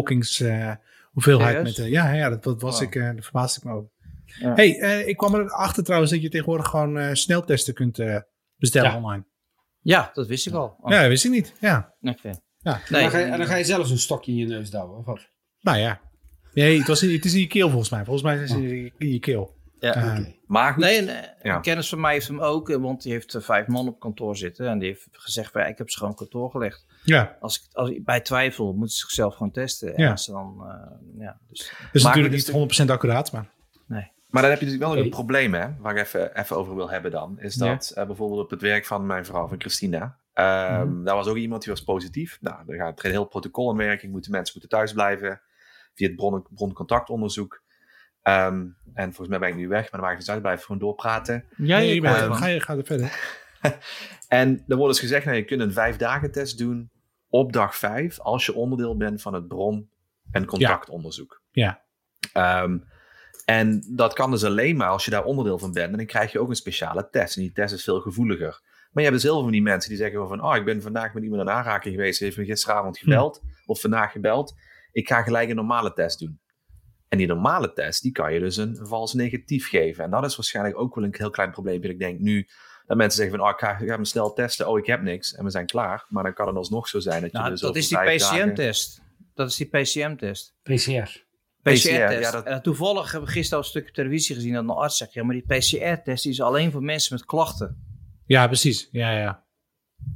bevolkingshoeveelheid uh, met... Uh, ja, ja, dat, dat was wow. ik, uh, daar verbaasde ik me over. Ja. Hey, uh, ik kwam erachter trouwens dat je tegenwoordig gewoon uh, sneltesten kunt uh, bestellen ja. online. Ja, dat wist ik al. Oh. Ja, dat wist ik niet. Ja. Okay. Ja. Nee, en, dan ga je, en dan ga je zelf zo'n stokje in je neus douwen, of wat? Nou ja. Nee, het, was, het is in je keel volgens mij. Volgens mij is het oh. in je keel. Ja, uh, okay. Maar goed. Nee, een, ja. een kennis van mij heeft hem ook, want die heeft uh, vijf man op kantoor zitten. En die heeft gezegd, ik heb ze gewoon op kantoor gelegd. Ja. Als ik, als ik bij twijfel, moeten ze zichzelf gewoon testen. En ja. als ze dan, uh, ja, dus. Het is natuurlijk niet honderd procent accuraat, maar... Nee. Maar dan heb je natuurlijk wel een okay. probleem, hè, waar ik even, even over wil hebben dan. Is dat ja. uh, bijvoorbeeld op het werk van mijn vrouw, van Christina. Um, mm-hmm. Daar was ook iemand die was positief. Nou, er gaat een heel protocol in werking. Moeten mensen moeten thuis blijven. Via het bron- broncontactonderzoek. Um, en volgens mij ben ik nu weg, maar dan maak ik het uit. Blijf gewoon doorpraten. Ja, je bent, um, ga je ga er verder. En er wordt dus gezegd, nou, je kunt een vijf dagen test doen op dag vijf. Als je onderdeel bent van het bron- en contactonderzoek. Ja. ja. Um, En dat kan dus alleen maar als je daar onderdeel van bent. En dan krijg je ook een speciale test. En die test is veel gevoeliger. Maar je hebt dus heel veel van die mensen die zeggen van... oh, ik ben vandaag met iemand in aanraking geweest. Die heeft me gisteravond gebeld. Hm. Of vandaag gebeld. Ik ga gelijk een normale test doen. En die normale test, die kan je dus een vals negatief geven. En dat is waarschijnlijk ook wel een heel klein probleem. Ik denk nu dat mensen zeggen van... oh, ik ga, ik ga me snel testen. Oh, ik heb niks. En we zijn klaar. Maar dan kan het alsnog zo zijn dat je nou, dus dat is die P C M-test. Dagen... Dat is die P C M-test. P C R. P C R-test. Ja, dat... En toevallig hebben we gisteren al een stukje televisie gezien dat een arts zegt... ja, maar die P C R-test die is alleen voor mensen met klachten. Ja, precies. Ja, ja.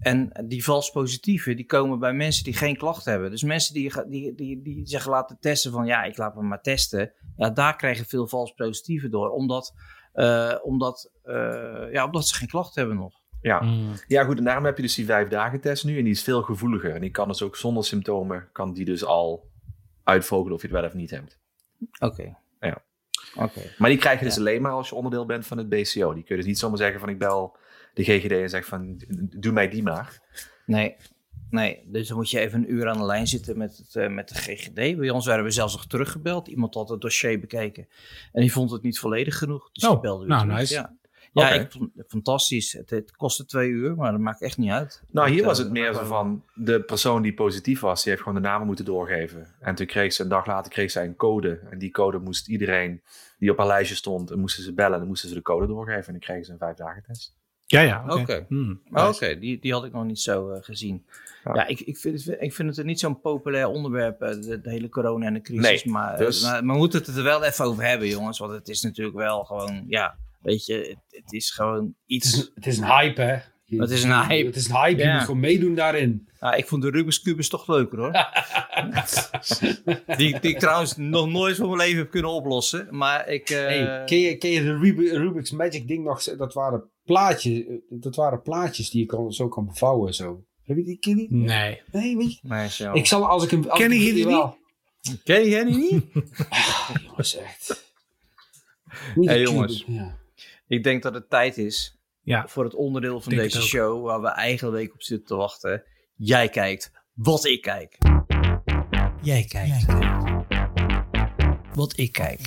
En die vals positieven, die komen bij mensen die geen klachten hebben. Dus mensen die, die, die, die zich laten testen van, ja, ik laat me maar testen. Ja, daar krijgen veel vals positieven door. Omdat, uh, omdat, uh, ja, omdat ze geen klachten hebben nog. Ja. Mm. ja, goed. En daarom heb je dus die vijf dagen test nu. En die is veel gevoeliger. En die kan dus ook zonder symptomen, kan die dus al uitvogelen of je het wel of niet hebt. Oké. Okay. Ja. Okay. Maar die krijg je dus ja. alleen maar als je onderdeel bent van het B C O. Die kun je dus niet zomaar zeggen van, ik bel de G G D en zeg van, doe mij die maar. Nee, nee. Dus dan moet je even een uur aan de lijn zitten met, het, uh, met de G G D. Bij ons werden we zelfs nog teruggebeld. Iemand had het dossier bekeken en die vond het niet volledig genoeg. Dus oh, die belde weer nou, terug. nice. Ja, ja okay. ik vond het fantastisch. Het, het kostte twee uur, maar dat maakt echt niet uit. Nou, hier het, was het uh, meer zo van, de persoon die positief was, die heeft gewoon de namen moeten doorgeven. En toen kreeg ze, een dag later kreeg zij een code. En die code moest iedereen die op haar lijstje stond, en moesten ze bellen en dan moesten ze de code doorgeven. En dan kregen ze een vijf dagen test. Ja, ja. Oké, okay. okay. hmm, nice. okay. die, die had ik nog niet zo uh, gezien. Ja, ja ik, ik, vind het, ik vind het niet zo'n populair onderwerp, de, de hele corona en de crisis. Nee, maar, dus... uh, maar we moeten het er wel even over hebben, jongens. Want het is natuurlijk wel gewoon, ja, weet je, het, het is gewoon iets... Het is, het is een hype, hè? Je, het is een hype. Het is een hype, je ja. moet gewoon meedoen daarin. Ja, ik vond de Rubik's Cubus toch leuker, hoor. die, die ik trouwens nog nooit van mijn leven heb kunnen oplossen. Maar ik... Uh... Hey, ken, je, ken je de Rub- Rubik's Magic ding nog? Dat waren, plaatjes, dat waren plaatjes die je kan, zo kan bevouwen. Zo. Heb je die, ken je die? Nee. Nee, weet je? Nee, zo. Ik zal als ik hem... Ken je die niet? Ken je die niet? Oh, jongens, echt. Hé hey, jongens. Ja. Ik denk dat het tijd is... Ja. Voor het onderdeel van deze show waar we eigen week op zitten te wachten. Jij kijkt wat ik kijk. Jij kijkt Jij wat ik kijk.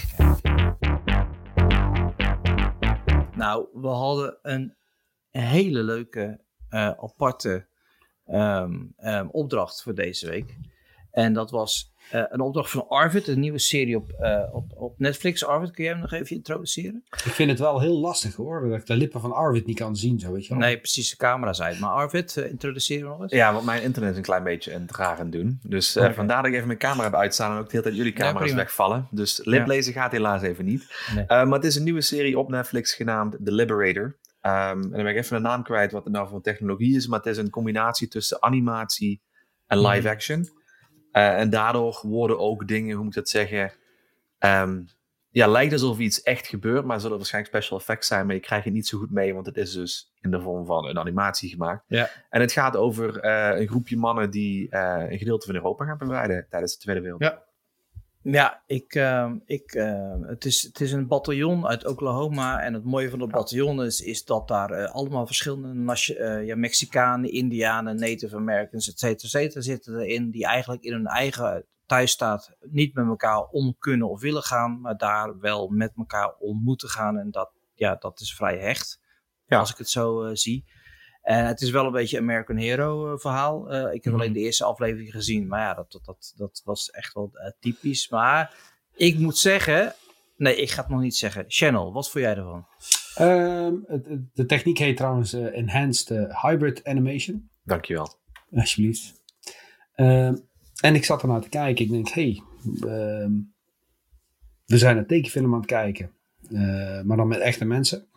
Nou, we hadden een hele leuke, uh, aparte um, um, opdracht voor deze week. En dat was uh, een opdracht van Arvid, een nieuwe serie op, uh, op, op Netflix. Arvid, kun jij hem nog even introduceren? Ik vind het wel heel lastig hoor, dat ik de lippen van Arvid niet kan zien. Zo, weet je wel. Nee, precies, de camera's uit. Maar Arvid, uh, introduceer hem nog eens. Ja, want mijn internet is een klein beetje een traag aan doen. Dus uh, okay. vandaar dat ik even mijn camera heb uitstaan en ook de hele tijd jullie camera's ja, wegvallen. Dus liplezen ja. gaat helaas even niet. Nee. Uh, maar het is een nieuwe serie op Netflix genaamd The Liberator. Um, en dan ben ik even de naam kwijt wat er nou voor technologie is. Maar het is een combinatie tussen animatie en live action. Uh, en daardoor worden ook dingen, hoe moet ik dat zeggen... Um, ja, lijkt alsof iets echt gebeurt, maar zullen waarschijnlijk special effects zijn. Maar je krijgt het niet zo goed mee, want het is dus in de vorm van een animatie gemaakt. Ja. En het gaat over uh, een groepje mannen die uh, een gedeelte van Europa gaan bevrijden tijdens de Tweede Wereldoorlog. Ja. Ja, ik, uh, ik, uh, het, is, het is een bataljon uit Oklahoma. En het mooie van dat bataljon is, is dat daar uh, allemaal verschillende nation- uh, ja, Mexicanen, Indianen, Native Americans, et cetera, et cetera zitten erin. Die eigenlijk in hun eigen thuisstaat niet met elkaar om kunnen of willen gaan. Maar daar wel met elkaar om moeten gaan. En dat, ja, dat is vrij hecht, ja. als ik het zo uh, zie. En het is wel een beetje een American Hero uh, verhaal. Uh, ik heb mm. alleen de eerste aflevering gezien. Maar ja, dat, dat, dat, dat was echt wel uh, typisch. Maar ik moet zeggen... Nee, ik ga het nog niet zeggen. Channel, wat vond jij ervan? Um, de techniek heet trouwens uh, Enhanced uh, Hybrid Animation. Dankjewel. Alsjeblieft. Um, en ik zat ernaar te kijken. Ik denk, hé... Hey, um, we zijn een tekenfilm aan het kijken. Uh, maar dan met echte mensen.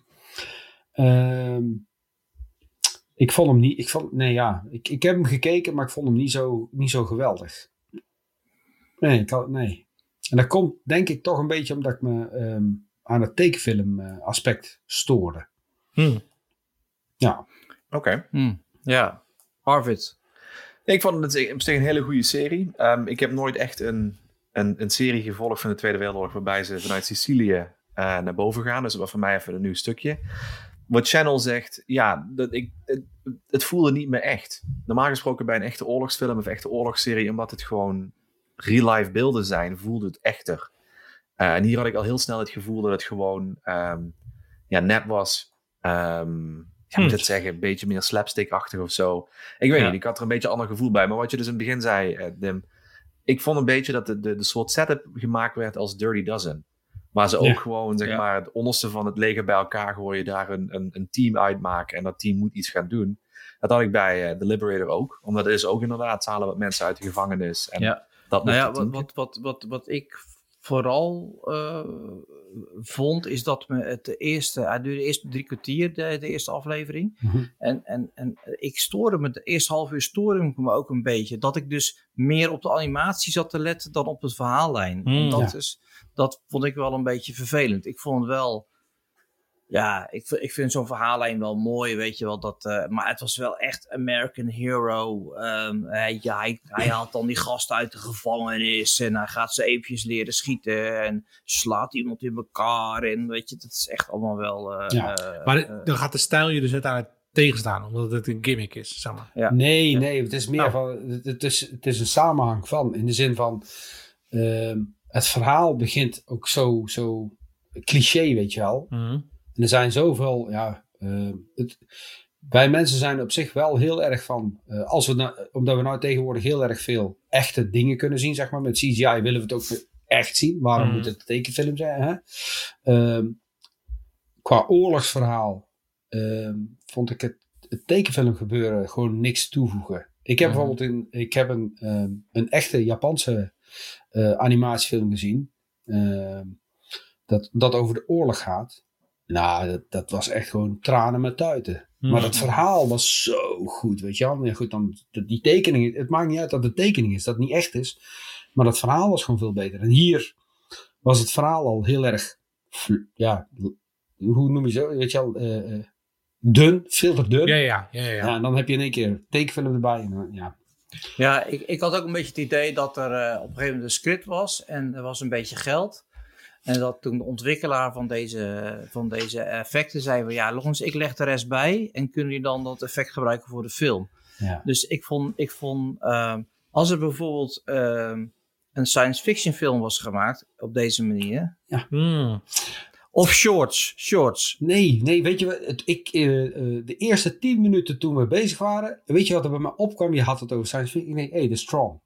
Um, Ik vond hem niet... Ik vond, nee, ja. Ik, ik heb hem gekeken, maar ik vond hem niet zo, niet zo geweldig. Nee, ik had, nee. En dat komt denk ik toch een beetje omdat ik me um, aan het tekenfilm uh, aspect stoorde. Hmm. Ja. Oké. Okay. Hmm. Ja. Arvid. Ja, ik vond het op zich een hele goede serie. Um, ik heb nooit echt een, een, een serie gevolgd van de Tweede Wereldoorlog waarbij ze vanuit Sicilië uh, naar boven gaan. Dus dat was voor mij even een nieuw stukje. Wat Channel zegt, ja, dat ik, het, het voelde niet meer echt. Normaal gesproken bij een echte oorlogsfilm of echte oorlogsserie, omdat het gewoon real-life beelden zijn, voelde het echter. Uh, en hier had ik al heel snel het gevoel dat het gewoon um, ja, nep was. Um, ja, hm. moet het zeggen, een beetje meer slapstick-achtig of zo. Ik weet ja. niet, ik had er een beetje een ander gevoel bij. Maar wat je dus in het begin zei, uh, Dim, ik vond een beetje dat de, de, de soort setup gemaakt werd als Dirty Dozen. Waar ze ook ja. gewoon, zeg ja. maar, het onderste van het leger bij elkaar gooien, daar een, een, een team uitmaken en dat team moet iets gaan doen. Dat had ik bij uh, The Liberator ook. Omdat het is ook inderdaad, halen wat mensen uit de gevangenis. En ja. dat nou ja, wat, wat, wat, wat, wat ik vooral uh, vond, is dat me het eerste, hij duurde de eerste drie kwartier, de, de eerste aflevering. Mm-hmm. En, en, en ik stoorde me, de eerste half uur stoorde ik me ook een beetje. Dat ik dus meer op de animatie zat te letten dan op het verhaallijn. Mm, en dat, ja. is, dat vond ik wel een beetje vervelend. Ik vond wel, ja, ik, ik vind zo'n verhaallijn wel mooi, weet je wel. Dat, uh, maar het was wel echt American Hero. Um, hij, ja, hij, hij haalt dan die gast uit de gevangenis en hij gaat ze eventjes leren schieten en slaat iemand in elkaar. En weet je, dat is echt allemaal wel... Uh, ja, uh, maar uh, dan gaat de stijl je dus uiteindelijk tegenstaan, omdat het een gimmick is, zeg maar. Ja. Nee, nee, het is meer nou. van... Het is, het is een samenhang van, in de zin van... Uh, het verhaal begint ook zo, zo cliché, weet je wel. Mm-hmm. En er zijn zoveel, ja, uh, het, wij mensen zijn op zich wel heel erg van, uh, als we na, omdat we nou tegenwoordig heel erg veel echte dingen kunnen zien, zeg maar, met C G I willen we het ook echt zien. Waarom mm. moet het een tekenfilm zijn? Hè? Uh, qua oorlogsverhaal uh, vond ik het, het tekenfilm gebeuren gewoon niks toevoegen. Ik heb mm. bijvoorbeeld in, ik heb een, uh, een echte Japanse uh, animatiefilm gezien, uh, dat, dat over de oorlog gaat. Nou, dat, dat was echt gewoon tranen met tuiten. Mm. Maar het verhaal was zo goed, weet je wel. Ja, goed, dan, die tekening, het maakt niet uit dat het tekening is, dat het niet echt is. Maar dat verhaal was gewoon veel beter. En hier was het verhaal al heel erg, ja, hoe noem je zo, weet je wel, uh, uh, dun, veel te dun. Ja, ja, ja, ja. Ja, en dan heb je in één keer tekenfilm erbij. En, ja, ja ik, ik had ook een beetje het idee dat er uh, op een gegeven moment een script was en er was een beetje geld. En dat toen de ontwikkelaar van deze, van deze effecten zei van ja, Logans, ik leg de rest bij en kunnen jullie dan dat effect gebruiken voor de film. Ja. Dus ik vond, ik vond uh, als er bijvoorbeeld uh, een science fiction film was gemaakt op deze manier. Ja. Hmm. Of shorts, shorts. Nee, nee, weet je wat, het, ik, uh, uh, de eerste tien minuten toen we bezig waren, weet je wat er bij mij opkwam? Je had het over science fiction. Ik denk, hé, hey, de Tron.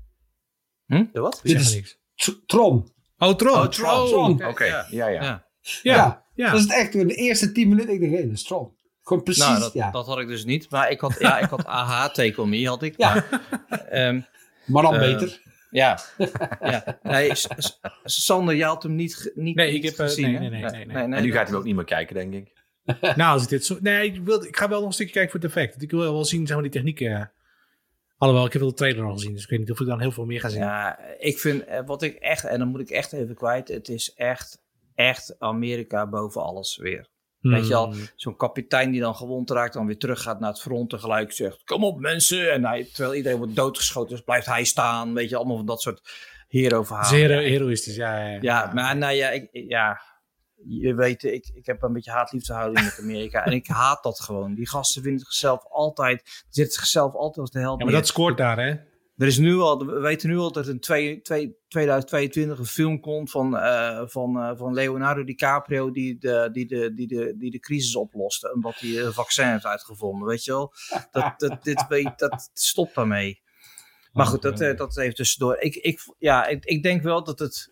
Hm? De wat? Dit is niks. Tron. Oh, Tron. Oh, Tron. Tron. Oké, okay. ja. Ja, ja. Ja. Ja. ja, ja. Dat is het echt. De eerste tien minuten, ik dacht, hé, hey, dat is Tron. Gewoon precies, nou, dat, ja. dat had ik dus niet. Maar ik had, ja, ik had A H, Take On Me, had ik. Ja. Maar, um, maar dan uh, beter. Ja. ja. Nee, Sander, jij had hem niet, niet, nee, niet ik heb, gezien. Nee, nee, nee, nee, nee, nee, nee. En nu gaat hij hem ook niet meer kijken, denk ik. Nou, als ik dit zo... Nee, ik, wil, ik ga wel nog een stukje kijken voor het effect. Ik wil wel zien, zeg maar, die techniek... Uh, alhoewel, ik heb wel de trailer al gezien, dus ik weet niet of ik dan heel veel meer ga zien. Ja, ik vind, wat ik echt... En dan moet ik echt even kwijt. Het is echt, echt Amerika boven alles weer. Hmm. Weet je al, zo'n kapitein die dan gewond raakt, dan weer terug gaat naar het front, tegelijk zegt, kom op mensen. En hij, terwijl iedereen wordt doodgeschoten, dus blijft hij staan. Weet je, allemaal van dat soort hero-verhalen. Zeer heroïstisch, ja. Ja, ja. ja maar nou ja, ik, ja, je weet, ik, ik heb een beetje haat-liefdehouding met Amerika. En ik haat dat gewoon. Die gasten vinden zichzelf altijd, zetten zichzelf altijd als de held. Ja, maar neer. Dat scoort daar, hè? Er is nu al, we weten nu al dat er in tweeduizend tweeëntwintig een film komt van, uh, van, uh, van Leonardo DiCaprio die de, die, de, die, de, die de crisis oploste. Omdat hij een vaccin heeft uitgevonden, weet je wel. Dat, dat, dit, dat stopt daarmee. Maar goed, dat, uh, dat even tussendoor. Ik, ik, ja, ik, ik denk wel dat het,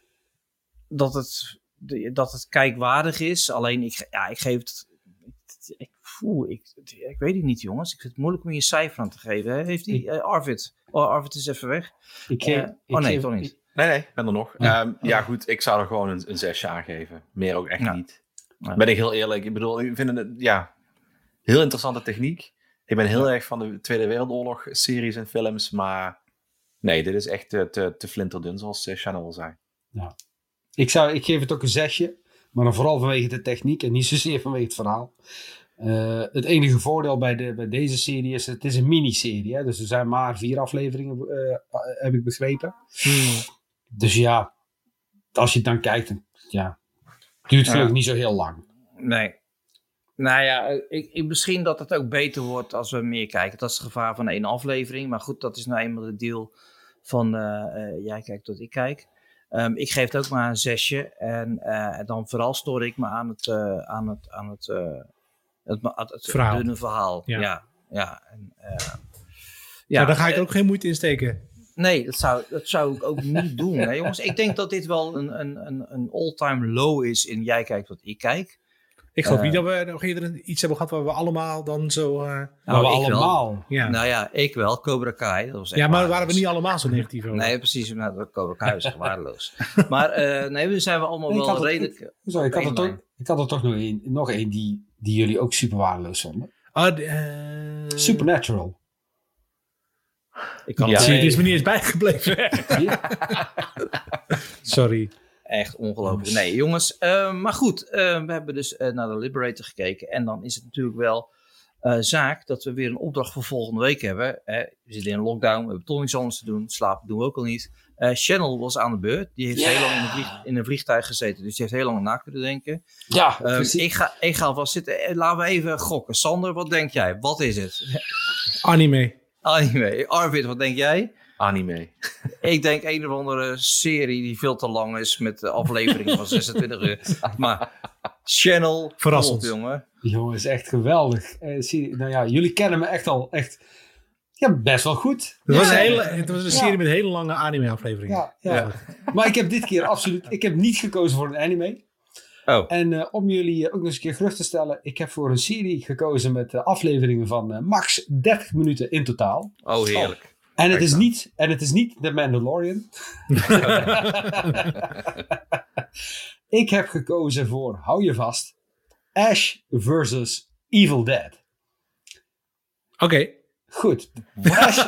dat het, dat het kijkwaardig is. Alleen, ik, ja, ik geef het... Ik, Oeh, ik, ik weet het niet, jongens. Ik vind het moeilijk om je een cijfer aan te geven. Heeft die uh, Arvid? Oh, Arvid is even weg. Ik geef, uh, oh nee, geef, toch niet? Nee, nee, ik ben er nog. Ja, um, ja goed, ik zou er gewoon een, een zesje aan geven. Meer ook echt ja. niet. Ja. Ben ik heel eerlijk. Ik bedoel, ik vind het, ja, heel interessante techniek. Ik ben heel ja. erg van de Tweede Wereldoorlog series en films, maar nee, dit is echt te, te, te flinterdun, zoals Shannon al zei. Ja. Ik, zou, ik geef het ook een zesje, maar dan vooral vanwege de techniek en niet zozeer vanwege het verhaal. Uh, het enige voordeel bij, de, bij deze serie is, het is een miniserie. Hè? Dus er zijn maar vier afleveringen, uh, heb ik begrepen. Hmm. Dus ja, als je het dan kijkt, dan, ja, duurt het ja. niet zo heel lang. Nee. Nou ja, ik, ik, misschien dat het ook beter wordt als we meer kijken. Dat is het gevaar van één aflevering. Maar goed, dat is nou eenmaal de deal van uh, uh, jij kijkt tot ik kijk. Um, ik geef het ook maar een zesje. En uh, dan vooral stoor ik me aan het... Uh, aan het, aan het uh, Het, het, het verhaal. dunne verhaal. Ja. ja, ja, en, uh, ja nou, daar ga ik ook uh, geen moeite in steken. Nee, dat zou, dat zou ik ook niet doen. Hè, jongens, ik denk dat dit wel een, een, een, een all-time low is in jij kijkt wat ik kijk. Ik geloof uh, niet dat we nog eerder iets hebben gehad waar we allemaal dan zo... Uh... Nou, nou we allemaal. Ja. Nou ja, ik wel. Cobra Kai. Dat was echt ja, maar waardeloos. waren we niet allemaal zo negatief over? Nee, precies. Nou, Cobra Kai is echt waardeloos. Maar uh, nee, we zijn we allemaal nee, wel redelijk... Het, sorry, ik had, er toch, ik had er toch nog één nog een die, die jullie ook super waardeloos vonden. Uh, uh, Supernatural. Ik kan ja. het, het is me niet eens bijgebleven. Sorry. Echt ongelooflijk. Nee, jongens. Uh, maar goed, uh, we hebben dus uh, naar de Liberator gekeken. En dan is het natuurlijk wel uh, zaak dat we weer een opdracht voor volgende week hebben. Uh, we zitten in een lockdown, we hebben toch niets anders te doen. Slapen doen we ook al niet. Uh, Channel was aan de beurt. Die heeft yeah. heel lang in een, vlieg, in een vliegtuig gezeten. Dus die heeft heel lang na kunnen denken. Ja, um, ik, ga, ik ga alvast zitten. Laten we even gokken. Sander, wat denk jij? Wat is het? Anime. Anime. Arvid, wat denk jij? Anime. Ik denk een of andere serie die veel te lang is met de afleveringen van zesentwintig uur. Maar Channel, verrassend, op, jongen. Jongen, is echt geweldig. Uh, zie, nou ja, jullie kennen me echt al echt ja, best wel goed. Het was, ja. een, hele, het was een serie ja. met hele lange anime-afleveringen. Ja, ja. ja. Maar ik heb dit keer absoluut, ik heb niet gekozen voor een anime. Oh. En uh, om jullie ook nog eens een keer gerust te stellen, ik heb voor een serie gekozen met uh, afleveringen van uh, max dertig minuten in totaal. Oh, heerlijk. Oh. En het, is niet, en het is niet The Mandalorian. Ik heb gekozen voor, hou je vast, Ash versus Evil Dead. Oké. Okay. Goed. Ash...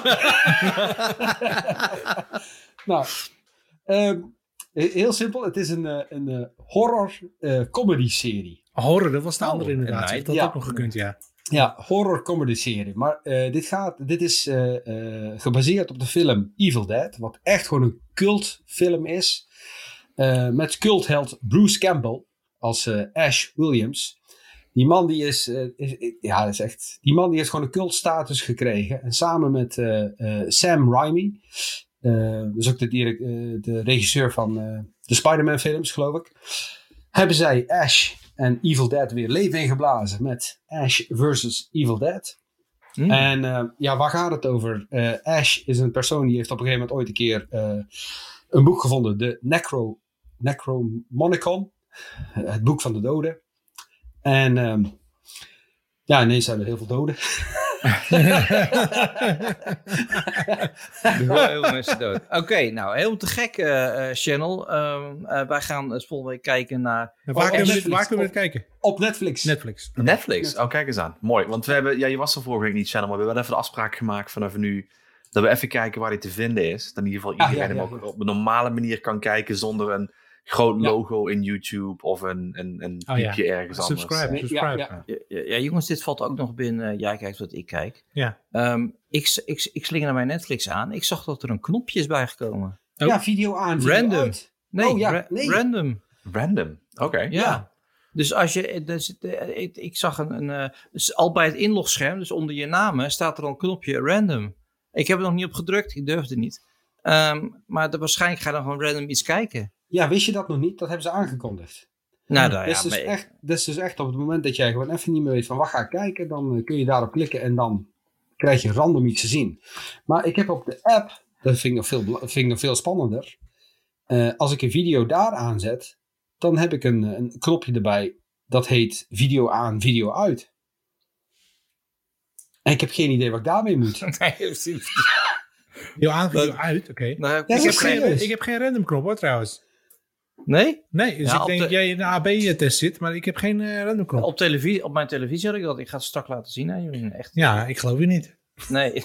nou, um, heel simpel. Het is een, een, een horror uh, comedy serie. Horror, dat was de andere oh, inderdaad. Dat had ja. ook nog gekund, ja. Ja, horror comedy serie. Maar uh, dit, gaat, dit is uh, uh, gebaseerd op de film Evil Dead. Wat echt gewoon een cultfilm is. Uh, met cultheld Bruce Campbell als uh, Ash Williams. Die man die is, uh, is, ja, dat is echt, die man die heeft gewoon een cultstatus gekregen. En samen met uh, uh, Sam Raimi. Uh, dus ook de, direct, uh, de regisseur van uh, de Spider-Man films, geloof ik. Hebben zij Ash en Evil Dead weer leven ingeblazen met Ash versus Evil Dead. Mm. En uh, ja, waar gaat het over? Uh, Ash is een persoon die heeft op een gegeven moment ooit een keer uh, een boek gevonden. De Necro, Necromonicon. Het boek van de doden. En um, ja, ineens zijn er heel veel doden. Heel mensen dood. Oké, okay, nou, heel te gek, uh, Channel. Uh, uh, wij gaan uh, volgende week kijken naar... Ja, waar, kunnen we, waar kunnen we het kijken? Op Netflix. Netflix. Okay. Netflix? Oh, kijk eens aan. Mooi, want we hebben... Ja, je was er vorige week niet, Channel, maar we hebben even de afspraak gemaakt vanaf nu... dat we even kijken waar hij te vinden is. Dat in ieder geval iedereen ah, ja, ja, hem ook ja. op een normale manier kan kijken... zonder een groot logo ja. in YouTube of een, een, een oh, piepje ja. ergens subscribe, anders. Subscribe. Ja, ja. Ja, ja, jongens, dit valt ook nog binnen. Jij kijkt wat ik kijk. Ja. Um, ik, ik, ik slinger naar mijn Netflix aan. Ik zag dat er een knopje is bijgekomen. Oh. Ja, video aan, video Random. uit. Nee, oh, ja. ra- nee, random. Random, oké. Okay. Ja. ja. Dus als je, dus, ik, ik zag een, een uh, dus al bij het inlogscherm, dus onder je namen, staat er al een knopje random. Ik heb er nog niet op gedrukt, ik durfde niet. Um, maar de, waarschijnlijk ga je dan gewoon random iets kijken. Ja, wist je dat nog niet? Dat hebben ze aangekondigd. Nou, nou, dat, is ja, dus maar... echt, dat is dus echt op het moment dat jij gewoon even niet meer weet van wat ga ik kijken, dan uh, kun je daarop klikken en dan krijg je random iets te zien. Maar ik heb op de app, dat vind ik nog veel, vind ik nog veel spannender, uh, als ik een video daar aanzet, dan heb ik een, een knopje erbij dat heet video aan, video uit. En ik heb geen idee wat ik daarmee moet. Nee, precies. Video aan, video dat... uit, oké. Okay. Nou, ja, ik, heb geen, ik heb geen random knop hoor trouwens. Nee? Nee, dus ja, ik denk dat jij in de A B-test zit, maar ik heb geen uh, random knop. Op, televisie, op mijn televisie had ik dat. Ik ga het straks laten zien aan jullie. Echt. Ja, ik geloof je niet. Nee.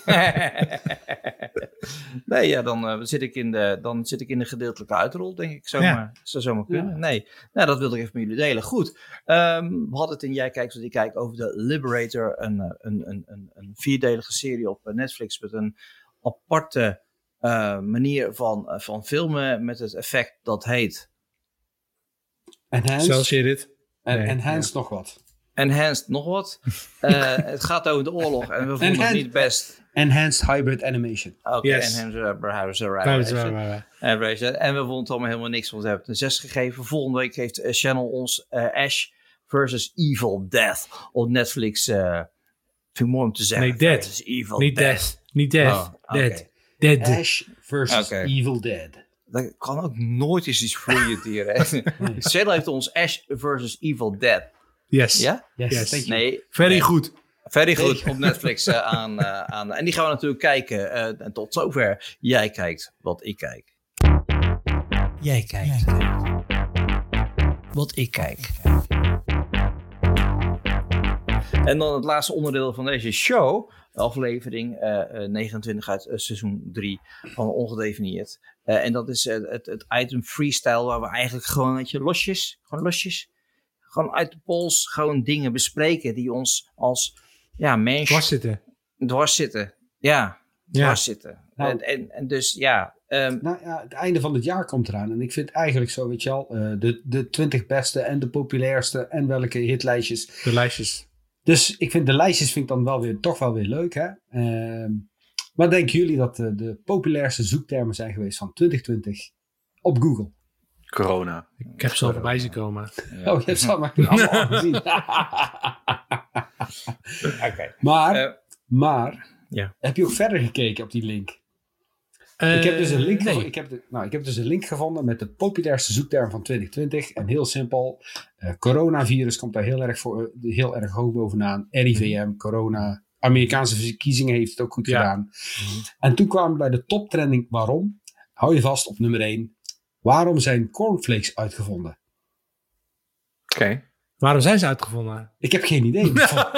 nee, ja, dan, uh, zit ik in de, dan zit ik in de gedeeltelijke uitrol, denk ik. Zomaar. Ja. Zou zomaar kunnen. Ja. Nee. Nou, dat wilde ik even met jullie delen. Goed. Um, we hadden het in Jij Kijkt Wat Ik Kijk over de Liberator. Een, een, een, een, een vierdelige serie op Netflix met een aparte uh, manier van, uh, van filmen met het effect dat heet... Enhanced. Cel-shaded. En nee, enhanced ja. nog wat. Enhanced nog wat. uh, het gaat over de oorlog en we vonden het niet best. Enhanced hybrid animation. Oké, okay, yes. Enhanced animation. En we vonden het allemaal helemaal niks, want we hebben het een zes gegeven. Volgende week heeft uh, Channel ons uh, Ash versus Evil Death op Netflix. Uh, vind ik mooi om te zeggen. Nee, Dead. Evil niet Death. Death. Niet Death. Oh, okay. Dead. Dead. Ash versus okay. Evil Dead. Dat kan ook nooit eens iets vloeien, dieren. Channel heeft ons Ash versus Evil Dead. Yes. Ja? Yes. yes. Nee. Very nee. goed. Very goed op Netflix uh, aan, uh, aan. En die gaan we natuurlijk kijken. Uh, en tot zover. Jij kijkt wat ik kijk. Jij kijkt wat ik kijk. En dan het laatste onderdeel van deze show. Aflevering uh, negenentwintig uit uh, seizoen drie van Ongedefinieerd. Uh, en dat is uh, het, het item freestyle waar we eigenlijk gewoon, weet je, losjes. Gewoon losjes. Gewoon uit de pols gewoon dingen bespreken die ons als ja, mens... Dwars zitten. Dwars zitten. Ja, dwars ja. zitten. Nou, en, en, en dus ja... Um, nou ja, het einde van het jaar komt eraan. En ik vind eigenlijk zo, weet je al, uh, de, de twintig beste en de populairste en welke hitlijstjes. De lijstjes. Dus ik vind de lijstjes vind ik dan wel weer, toch wel weer leuk. Hè? Uh, maar denken jullie dat uh, de populairste zoektermen zijn geweest van twintig twintig op Google? Corona. Ik heb ze al voorbij zien komen. Ja. Oh, je hebt ze maar allemaal gezien. Oké. Okay. Maar, uh, maar ja. heb je ook verder gekeken op die link? Uh, ik, heb dus een link nee. ik, heb de, nou, ik heb dus een link gevonden met de populairste zoekterm van twintig twintig. En heel simpel, uh, coronavirus komt daar heel erg, voor, uh, heel erg hoog bovenaan. R I V M, mm. corona. Amerikaanse verkiezingen heeft het ook goed ja. gedaan. Mm. En toen kwamen we bij de toptrending waarom. Hou je vast op nummer één. Waarom zijn cornflakes uitgevonden? Oké. Okay. Waarom zijn ze uitgevonden? Ik heb geen idee.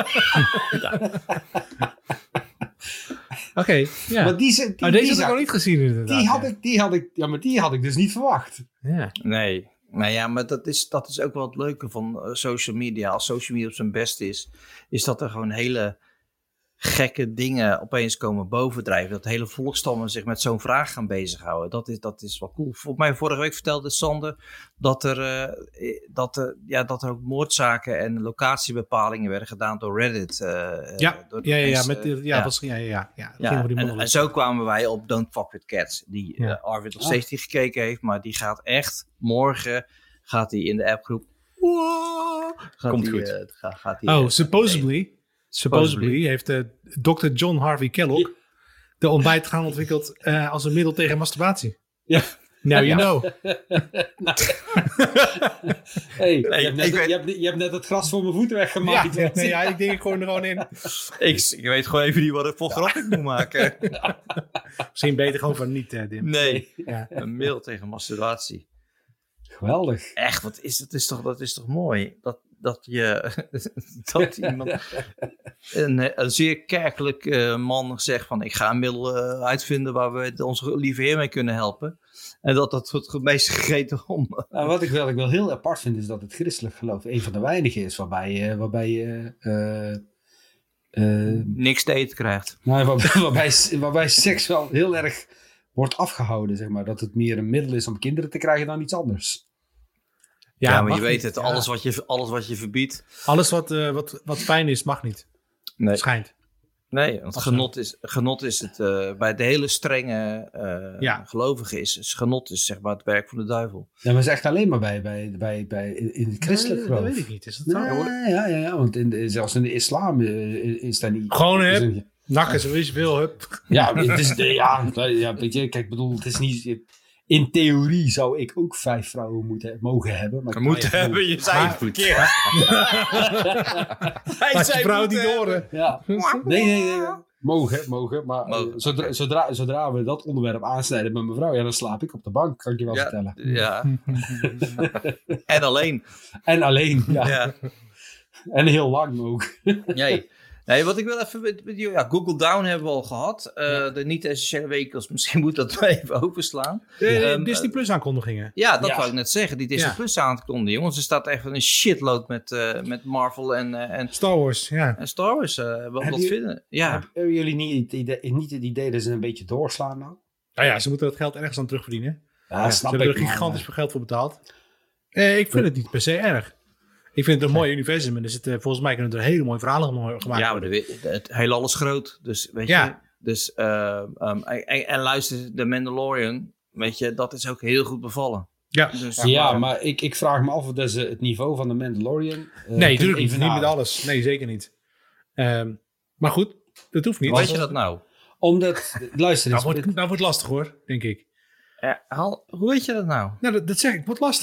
Oké, okay, ja. Maar die, die, oh, deze die had ik nog niet gezien inderdaad. Die had, ja. ik, die, had ik, ja, maar die had ik dus niet verwacht. Ja. Nee, nou ja, maar dat is, dat is ook wel het leuke van uh, social media. Als social media op zijn best is, is dat er gewoon hele gekke dingen opeens komen bovendrijven. Dat hele volkstammen zich met zo'n vraag gaan bezighouden. Dat is, dat is wel cool. Volgens mij vorige week vertelde Sander dat er, uh, dat, uh, ja, dat er ook moordzaken en locatiebepalingen werden gedaan door Reddit. Uh, ja, door ja, ja, mensen, ja, met, uh, ja, ja. Was, ja, ja, ja. ja en, en zo kwamen wij op Don't Fuck With Cats. Die ja. uh, Arvid nog steeds niet gekeken heeft, maar die gaat echt morgen gaat hij in de appgroep. Gaat Komt die, goed. Uh, gaat, gaat die, oh, uh, supposedly. nee. Supposedly heeft uh, dokter John Harvey Kellogg ja. de ontbijt gaan ontwikkeld uh, als een middel tegen masturbatie. Ja. Now you ja. know. hey, nee, je, hebt net, weet... je, hebt, je hebt net het gras voor mijn voeten weggemaakt. Ja, nee, ja, ik denk ik gewoon er gewoon in. ik, ik weet gewoon even niet wat ik voor ja. grap ik moet maken. Misschien beter gewoon van niet, uh, Dim. Nee, ja. Een middel tegen masturbatie. Geweldig. Echt, wat is dat? Is toch, dat is toch mooi? Dat, dat je dat iemand een, een zeer kerkelijk uh, man zegt van ik ga een middel uh, uitvinden waar we onze lieve Heer mee kunnen helpen. En dat dat het meest gegeten om. Nou, wat ik wel, ik wel heel apart vind is dat het christelijk geloof een van de weinigen is waarbij, uh, waarbij je uh, uh, niks te eten krijgt. Nou, waarbij, waarbij, waarbij seks wel heel erg wordt afgehouden, zeg maar. Dat het meer een middel is om kinderen te krijgen dan iets anders. Ja, ja maar je weet het. Ja. Alles, wat je, alles wat je verbiedt. Alles wat, uh, wat, wat fijn is, mag niet. Nee. Schijnt. Nee, want genot is, genot is het... Uh, bij de hele strenge uh, ja. gelovigen is, is genot is zeg maar het werk van de duivel. Ja, maar het is echt alleen maar bij, bij, bij, bij in het christelijk nee, geloof. Dat weet ik niet. Is dat nee, zo? Ja, ja, ja, want in de, zelfs in de islam uh, is dat niet... Gewoon hup, nakken zo is veel hup. Ja, het is, ja, ja, weet je, kijk, bedoel, het is niet... In theorie zou ik ook vijf vrouwen moeten, mogen hebben. Maar moeten ja, hebben, je zei het verkeerd. Hij zei vrouw niet horen. Ja. Nee, nee, nee. Mogen, mogen. Maar mogen. Zodra, zodra, zodra we dat onderwerp aansnijden met mijn vrouw, ja, dan slaap ik op de bank, kan ik je wel ja, vertellen. Ja. En alleen. En alleen, ja. ja. En heel lang ook. Nee. Nee, wat ik wil even... Ja, Google Down hebben we al gehad. Uh, ja. De niet-essentiële wekels, misschien moet dat wel even overslaan. De, de um, Disney Plus aankondigingen. Ja, dat ja. wou ik net zeggen. Die Disney ja. Plus aankondigingen. Jongens, er staat echt een shitload met, uh, met Marvel en, uh, en... Star Wars, ja. En Star Wars, uh, wat, wat vinden. Ja. Hebben jullie niet het, idee, niet het idee dat ze een beetje doorslaan nou? Nou ja, ze moeten dat geld ergens aan terugverdienen. Ja, snap ze ik. Ze hebben er gigantisch veel geld voor betaald. Eh, ik vind het niet per se erg. Ik vind het een mooi universum en er zitten, volgens mij kunnen er hele mooie verhalen gemaakt worden. Ja, maar de, het hele is groot. Dus weet ja. je, dus, uh, um, en, en luister, The Mandalorian, weet je, dat is ook heel goed bevallen. Ja, dus, ja maar, maar ik, ik vraag me af of dat ze het niveau van The Mandalorian... Uh, nee, natuurlijk niet. Niet met alles. Nee, zeker niet. Um, maar goed, dat hoeft niet. Hoe weet je dat nou? Omdat, luister eens. Nou wordt, nou wordt lastig hoor, denk ik. Ja, al, hoe weet je dat nou? Nou, dat, dat zeg ik, het wordt lastig.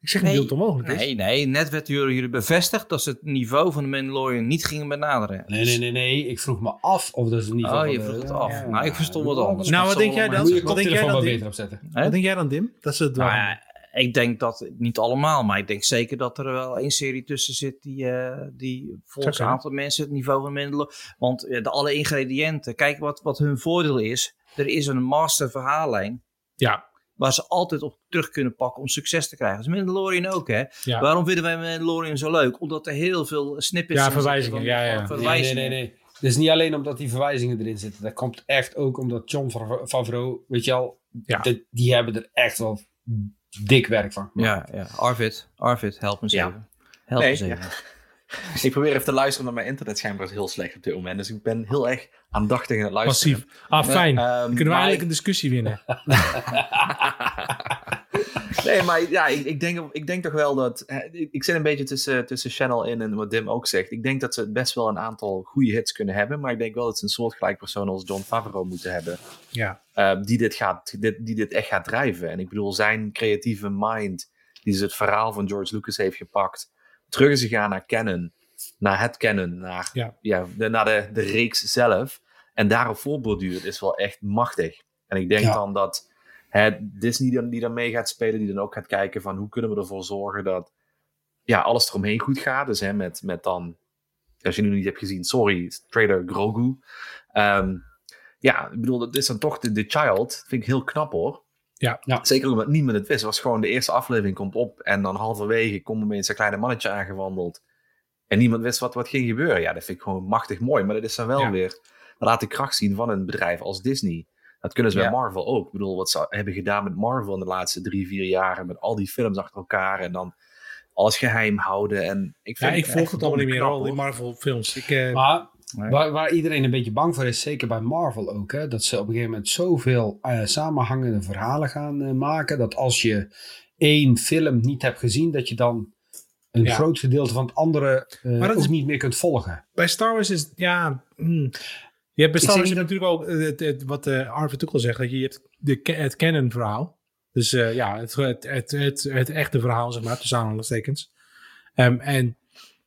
Ik zeg niet nee, dat het onmogelijk is. Nee, nee, net werd jullie bevestigd dat ze het niveau van de Mandalorian niet gingen benaderen. Nee, nee, nee, nee. Ik vroeg me af of dat het niveau Oh, je van vroeg de, het af. Ja, nou, ik verstond wat ja, anders. Nou, wat denk jij dan? Moet je je Wat denk jij koptelefoon dan, wat Dim? beter opzetten. Wat denk jij dan, Dim? Dat ze het wel... Nou ja, ik denk dat, niet allemaal, maar ik denk zeker dat er wel één serie tussen zit die, uh, die volgens een aantal mensen het niveau van Mandalorian... Want uh, de alle ingrediënten, kijk wat, wat hun voordeel is. Er is een master verhaallijn. Ja. Waar ze altijd op terug kunnen pakken om succes te krijgen. Dat is Mandalorian ook, hè? Ja. Waarom vinden wij Mandalorian zo leuk? Omdat er heel veel snippets ja, in verwijzingen, zitten. Ja, ja. Verwijzingen. Nee, nee, nee, nee. Het is niet alleen omdat die verwijzingen erin zitten. Dat komt echt ook omdat Jon Favreau, weet je al, ja. de, die hebben er echt wel dik werk van gemaakt. Ja, ja. Arvid, Arvid, help me Ja. even. Help Nee, me even. ja. Ik probeer even te luisteren, maar mijn internet schijnbaar is heel slecht op dit moment. Dus ik ben heel erg aandachtig in het luisteren. Passief. Ah, fijn. Um, Kunnen we eigenlijk ik... een discussie winnen? Nee, maar ja, ik, ik, denk, ik denk toch wel dat... Ik, ik zit een beetje tussen, tussen Channel in en wat Dim ook zegt. Ik denk dat ze best wel een aantal goede hits kunnen hebben. Maar ik denk wel dat ze een soortgelijk persoon als Jon Favreau moeten hebben. Ja. Uh, die, dit gaat, dit, die dit echt gaat drijven. En ik bedoel, zijn creatieve mind... die dus het verhaal van George Lucas heeft gepakt... terug is gegaan naar canon... naar het canon, naar, ja. Ja, de, naar de, de reeks zelf... en daarop voorborduurt is wel echt machtig. En ik denk ja. dan dat... Hè, Disney dan, die dan mee gaat spelen, die dan ook gaat kijken van hoe kunnen we ervoor zorgen dat ja, alles eromheen goed gaat. Dus hè, met, met dan, als je nu niet hebt gezien, sorry, Trader Grogu. Um, ja, ik bedoel, dat is dan toch de, de child. Vind ik heel knap hoor. Ja. Ja. Zeker omdat niemand het wist. Het was gewoon de eerste aflevering komt op en dan halverwege komt opeens een kleine mannetje aangewandeld. En niemand wist wat, wat ging gebeuren. Ja, dat vind ik gewoon machtig mooi. Maar dat is dan wel ja. weer, dat laat de kracht zien van een bedrijf als Disney. Dat kunnen ze ja. bij Marvel ook. Ik bedoel, wat ze hebben gedaan met Marvel in de laatste drie, vier jaren. Met al die films achter elkaar. En dan alles geheim houden. En ik vind ja, ik volg het allemaal niet meer, al die Marvel films. Ik, uh... Maar nee. waar, waar iedereen een beetje bang voor is, zeker bij Marvel ook. Hè, dat ze op een gegeven moment zoveel uh, samenhangende verhalen gaan uh, maken. Dat als je één film niet hebt gezien, dat je dan een ja. groot gedeelte van het andere uh, maar dat ook is, niet meer kunt volgen. Bij Star Wars is ja... Mm. Je hebt bij Star Wars natuurlijk ook het, het, wat uh, Arvid ook al zegt, dat je, je hebt de, het canon verhaal. Dus uh, ja, het, het, het, het, het echte verhaal, zeg maar, tussen aanhalingstekens. Um, en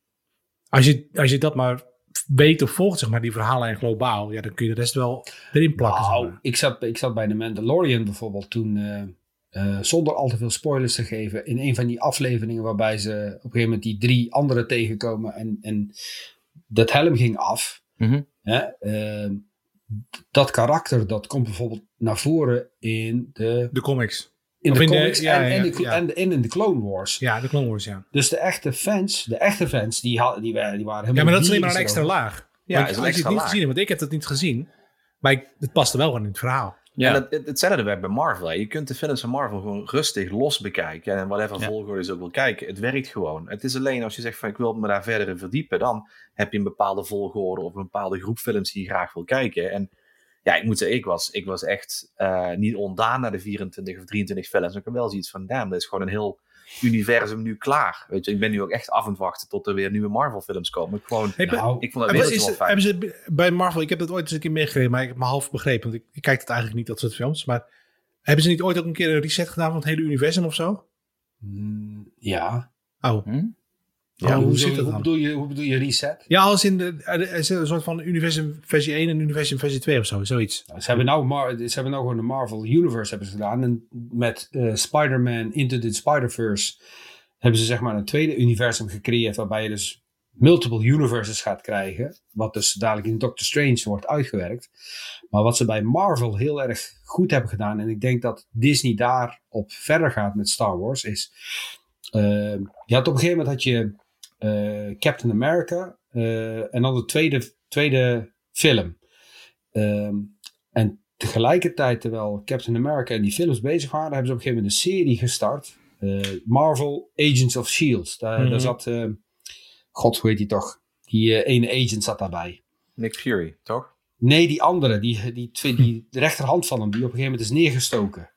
als je, als je dat maar weet of volgt, zeg maar, die verhalen globaal, ja, dan kun je de rest wel erin plakken. Nou, zeg maar. ik, zat, ik zat bij The Mandalorian bijvoorbeeld toen, uh, uh, zonder al te veel spoilers te geven, in een van die afleveringen waarbij ze op een gegeven moment die drie anderen tegenkomen en, en dat helm ging af. Mm-hmm. Hè, uh, dat karakter, dat komt bijvoorbeeld naar voren in de... De comics. In of de in comics de, ja, en, ja, en, de, ja. en, en in de Clone Wars. Ja, de Clone Wars, ja. Dus de echte fans, de echte fans, die, had, die, die waren helemaal... Ja, maar dat is alleen maar een extra laag. Ja, want, is een als je het niet laag. gezien hebt, want ik heb het niet gezien. Maar ik, het past er wel gewoon in het verhaal. Ja. En het, het, hetzelfde werkt bij Marvel. Hè. Je kunt de films van Marvel gewoon rustig los bekijken. En whatever ja. volgorde je ook wil kijken. Het werkt gewoon. Het is alleen als je zegt van ik wil me daar verder in verdiepen. Dan heb je een bepaalde volgorde of een bepaalde groep films die je graag wil kijken. En ja, ik moet zeggen, ik was, ik was echt uh, niet ontdaan naar de vierentwintig of drieëntwintig films. Ik heb wel zoiets van, damn, dat is gewoon een heel universum nu klaar. Weet je, ik ben nu ook echt af aan het wachten tot er weer nieuwe Marvel films komen. Ik, gewoon, hey, nou, ik vond dat is, wel is, fijn. Hebben ze bij Marvel, ik heb dat ooit eens een keer meegekregen, maar ik heb me half begrepen. Want ik, ik kijk het eigenlijk niet, dat soort films. Maar hebben ze niet ooit ook een keer een reset gedaan van het hele universum of zo? Mm, ja. Oh. Hm? Ja, ja, hoe, hoe, zit dat hoe, dan? bedoel je, hoe bedoel je reset? Ja, als in de, een soort van universum versie één en universum versie twee of zo, zoiets. Nou, ze hebben nou, Mar- ze hebben nou gewoon de Marvel Universe hebben ze gedaan. En met uh, Spider-Man Into the Spider-Verse hebben ze zeg maar een tweede universum gecreëerd waarbij je dus multiple universes gaat krijgen. Wat dus dadelijk in Doctor Strange wordt uitgewerkt. Maar wat ze bij Marvel heel erg goed hebben gedaan, en ik denk dat Disney daarop verder gaat met Star Wars, is uh, je had op een gegeven moment had je uh, Captain America uh, en dan de tweede, tweede film. Um, en tegelijkertijd, terwijl Captain America en die films bezig waren, hebben ze op een gegeven moment een serie gestart. Uh, Marvel Agents of S H I E L D. Daar, mm-hmm. daar zat, uh, god, hoe heet die toch? Die uh, ene agent zat daarbij. Nick Fury, toch? Nee, die andere, die, die, die, die de rechterhand van hem, die op een gegeven moment is neergestoken.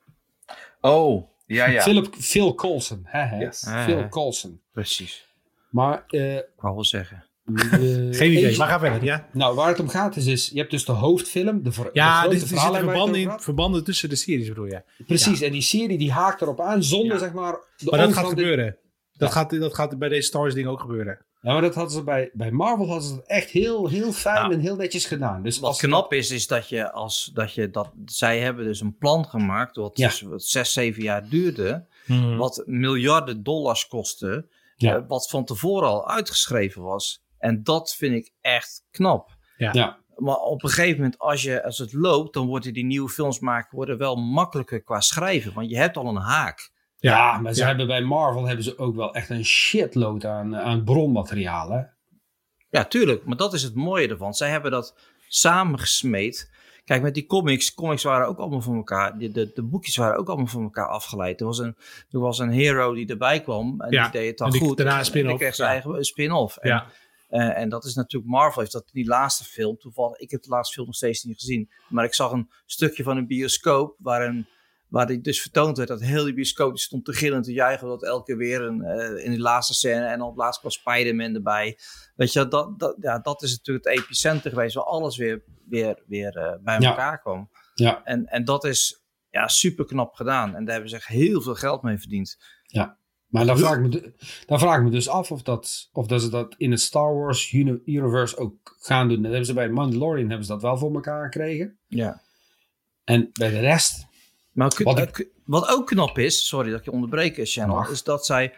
Oh, ja, ja. Philip, Phil Coulson. Hè, hè? Yes. Phil Coulson. Precies. Maar, uh, ik wou wel zeggen. Uh, Geen idee, maar ga verder, ja. Nou, waar het om gaat is, is je hebt dus de hoofdfilm. De ver, ja, de er zitten verbanden, in, verbanden tussen de series, bedoel je. Precies, ja. en die serie die haakt erop aan zonder, ja. zeg maar... De maar dat gaat gebeuren. De... Dat, ja. gaat, dat gaat bij deze Star Wars ding ook gebeuren. Ja, maar dat hadden ze bij, bij Marvel hadden ze het echt heel, heel fijn nou, en heel netjes gedaan. Dus wat als knap is, is dat je als dat je dat zij hebben dus een plan gemaakt wat, ja. dus, wat zes, zeven jaar duurde, hmm. wat miljarden dollars kostte, ja. uh, wat van tevoren al uitgeschreven was. En dat vind ik echt knap. Ja. ja. Maar op een gegeven moment, als, je, als het loopt, dan worden die nieuwe films maken worden wel makkelijker qua schrijven, want je hebt al een haak. Ja, ja, maar ze ja. hebben bij Marvel hebben ze ook wel echt een shitload aan, aan bronmateriaal, hè? Ja, tuurlijk. Maar dat is het mooie ervan. Zij hebben dat samengesmeed. Kijk, met die comics, comics waren ook allemaal van elkaar. De, de, de boekjes waren ook allemaal van elkaar afgeleid. Er was een, er was een hero die erbij kwam en ja. die deed het dan en die, goed. Daarna een spin-off. En die kreeg zijn ja. eigen spin-off. En, ja. uh, en dat is natuurlijk Marvel heeft dat die laatste film. Toevallig, ik heb de laatste film nog steeds niet gezien. Maar ik zag een stukje van een bioscoop waar een Waar die dus vertoond werd dat heel die bioscoop stond te gillen en te juichen. Dat elke keer weer een, uh, in die laatste scène. En dan op het laatst kwam Spider-Man erbij. Weet je, dat, dat, ja, dat is natuurlijk het epicenter geweest. Waar alles weer, weer, weer uh, bij ja. elkaar kwam. Ja. En, en dat is ja, super knap gedaan. En daar hebben ze echt heel veel geld mee verdiend. Ja, maar dan vraag ik me, dan vraag ik me dus af of, dat, of dat ze dat in het Star Wars universe ook gaan doen. Dat hebben ze bij Mandalorian hebben ze dat wel voor elkaar gekregen. Ja. En bij de rest... Maar wat, ik, wat ook knap is, sorry dat ik je onderbreek, Channel, Ach. is dat zij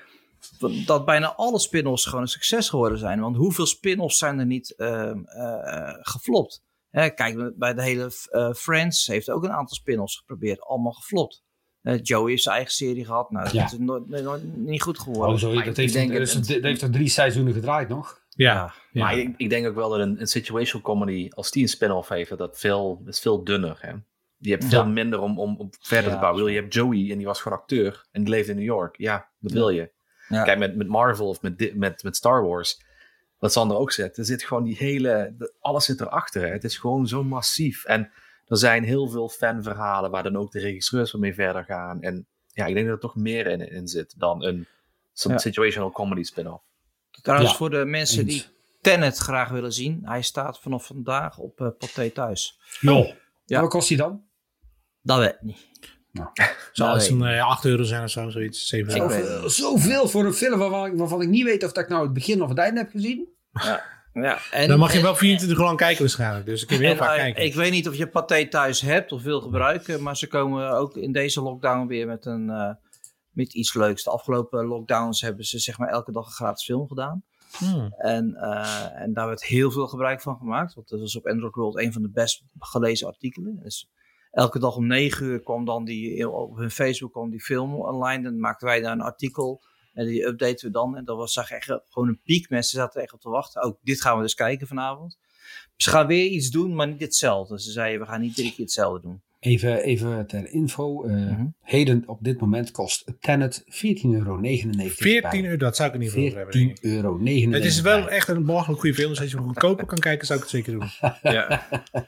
dat bijna alle spin-offs gewoon een succes geworden zijn. Want hoeveel spin-offs zijn er niet uh, uh, geflopt? Hè, kijk, bij de hele uh, Friends heeft ook een aantal spin-offs geprobeerd, allemaal geflopt. Uh, Joey heeft zijn eigen serie gehad, nou dat ja. is nooit, nooit, niet goed geworden. Oh, sorry, dat heeft, denk, dus, het, het heeft er drie seizoenen gedraaid nog. Ja, ja. ja. maar ik, ik denk ook wel dat een, een situational comedy, als die een spin-off heeft, dat veel, is veel dunner, hè. Je hebt veel ja. minder om, om, om verder ja, te bouwen. Je hebt Joey en die was gewoon acteur. En die leefde in New York. Ja, dat wil je. Ja. Kijk, met, met Marvel of met, met, met Star Wars. Wat Sander ook zegt. Er zit gewoon die hele... De, alles zit erachter. Hè. Het is gewoon zo massief. En er zijn heel veel fanverhalen waar dan ook de regisseurs mee verder gaan. En ja, ik denk dat er toch meer in, in zit dan een ja. situational comedy spin-off. Trouwens, ja. voor de mensen die Tenet graag willen zien. Hij staat vanaf vandaag op uh, Pathé Thuis. Jo. Ja. Wat kost hij dan? Dat weet ik niet. Nou, zou het een uh, acht euro zijn of zo, zoiets. zeven euro. Zoveel, zoveel voor een film waarvan ik, waarvan ik niet weet of dat ik nou het begin of het einde heb gezien. Ja. Ja, en, dan mag je wel vierentwintig uur lang kijken waarschijnlijk. Dus ik heb heel vaak kijken. Ik weet niet of je Pathé Thuis hebt of wil gebruiken. Maar ze komen ook in deze lockdown weer met, een, uh, met iets leuks. De afgelopen lockdowns hebben ze zeg maar elke dag een gratis film gedaan. Hmm. En, uh, en daar werd heel veel gebruik van gemaakt. Want dat was op Android World een van de best gelezen artikelen. Dus elke dag om negen uur kwam dan die, op hun Facebook kwam die film online. Dan maakten wij daar een artikel en die updaten we dan. En dat was, zag echt gewoon een piek. Mensen zaten er echt op te wachten. Ook dit gaan we dus kijken vanavond. Ze gaan weer iets doen, maar niet hetzelfde. Ze zeiden, we gaan niet drie keer hetzelfde doen. Even, even ter info. Uh, mm-hmm. Heden op dit moment kost Tenet veertien euro negenennegentig. veertien euro, dat zou ik in ieder geval hebben. veertien euro negenennegentig. Het is wel echt een belachelijk goede film. Dus als je hem goedkoper kan kijken, zou ik het zeker doen. Ja.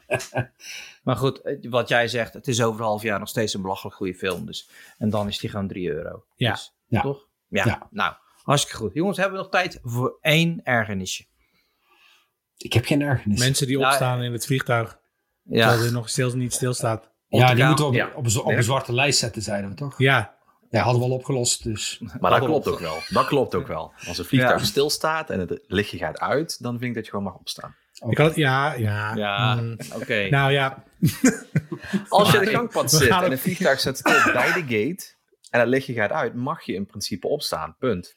Maar goed, wat jij zegt, het is over een half jaar nog steeds een belachelijk goede film. Dus. En dan is die gewoon drie euro. Ja. Dus, ja. Toch? Ja. ja. Nou, hartstikke goed. Jongens, hebben we nog tijd voor één ergernisje? Ik heb geen ergernis. Mensen die opstaan ja. in het vliegtuig. Ja. Terwijl er nog stil, niet stilstaat. Ja, die moeten we op, ja. op, op, op een zwarte lijst zetten, zeiden we toch? Ja. Ja, hadden we al opgelost, dus... Maar dat klopt ook wel. Dat klopt ook wel. Als een vliegtuig ja. stilstaat en het lichtje gaat uit, dan vind ik dat je gewoon mag opstaan. Okay. Ik had, ja, ja. Ja, mm. oké. Okay. Nou ja. Als je in het gangpad zit en een vliegtuig zet stil bij de gate en het lichtje gaat uit, mag je in principe opstaan. Punt.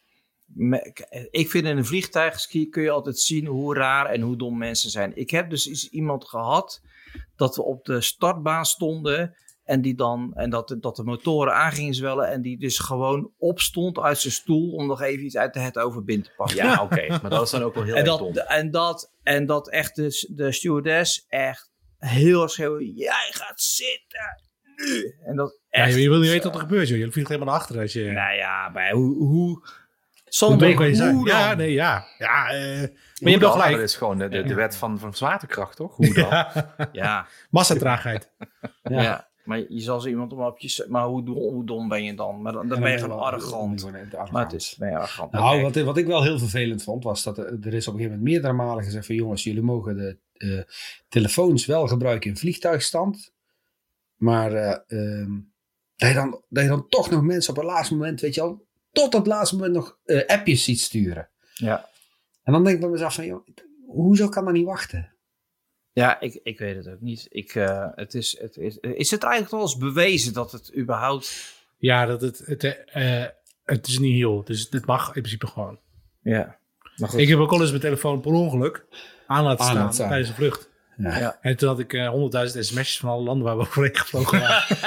Ik vind in een vliegtuig kun je altijd zien hoe raar en hoe dom mensen zijn. Ik heb dus eens iemand gehad dat we op de startbaan stonden en die dan en dat, dat de motoren aan gingen zwellen en die dus gewoon opstond uit zijn stoel om nog even iets uit de het overbind te pakken. Ja, oké, okay. Maar dat is dan ook wel heel en erg dat, dom. En dat, en dat echt de, de stewardess echt heel erg schreeuwen, jij gaat zitten nu. En dat echt, ja, je wil niet weten wat er gebeurt, joh. Je vliegt helemaal naar achteren als je... Nou ja, maar hoe... hoe Zonder hoe, hoe Ja, nee, ja. ja uh, maar je hebt wel gelijk. Dat is gewoon de, de, de wet van, van zwaartekracht, toch? Hoe dan? Ja. ja. Massatraagheid. ja. ja. Maar je zal zo iemand op je... Maar hoe dom, hoe dom ben je dan? Maar dan, dan ben je gewoon arrogant. arrogant. Maar het is, ben je arrogant. Nou, okay. wat, wat ik wel heel vervelend vond, was dat er, er is op een gegeven moment meerdere malen gezegd van jongens, jullie mogen de uh, telefoons wel gebruiken in vliegtuigstand. Maar uh, um, dat, je dan, dat je dan toch nog mensen op het laatste moment, weet je al, tot het laatste moment nog uh, appjes ziet sturen. Ja. En dan denk ik bij mezelf van, joh, hoezo kan dat niet wachten? Ja, ik, ik weet het ook niet. Ik, uh, het is, het is, is het eigenlijk wel eens bewezen dat het überhaupt... Ja, dat het, het, uh, het is niet heel. Dus het mag in principe gewoon. Ja. Maar goed. Ik heb ook al eens mijn telefoon per ongeluk aan laten staan, aan staan. tijdens een vlucht. Ja. Ja. En toen had ik uh, honderdduizend sms'jes van alle landen waar we overheen gevlogen waren.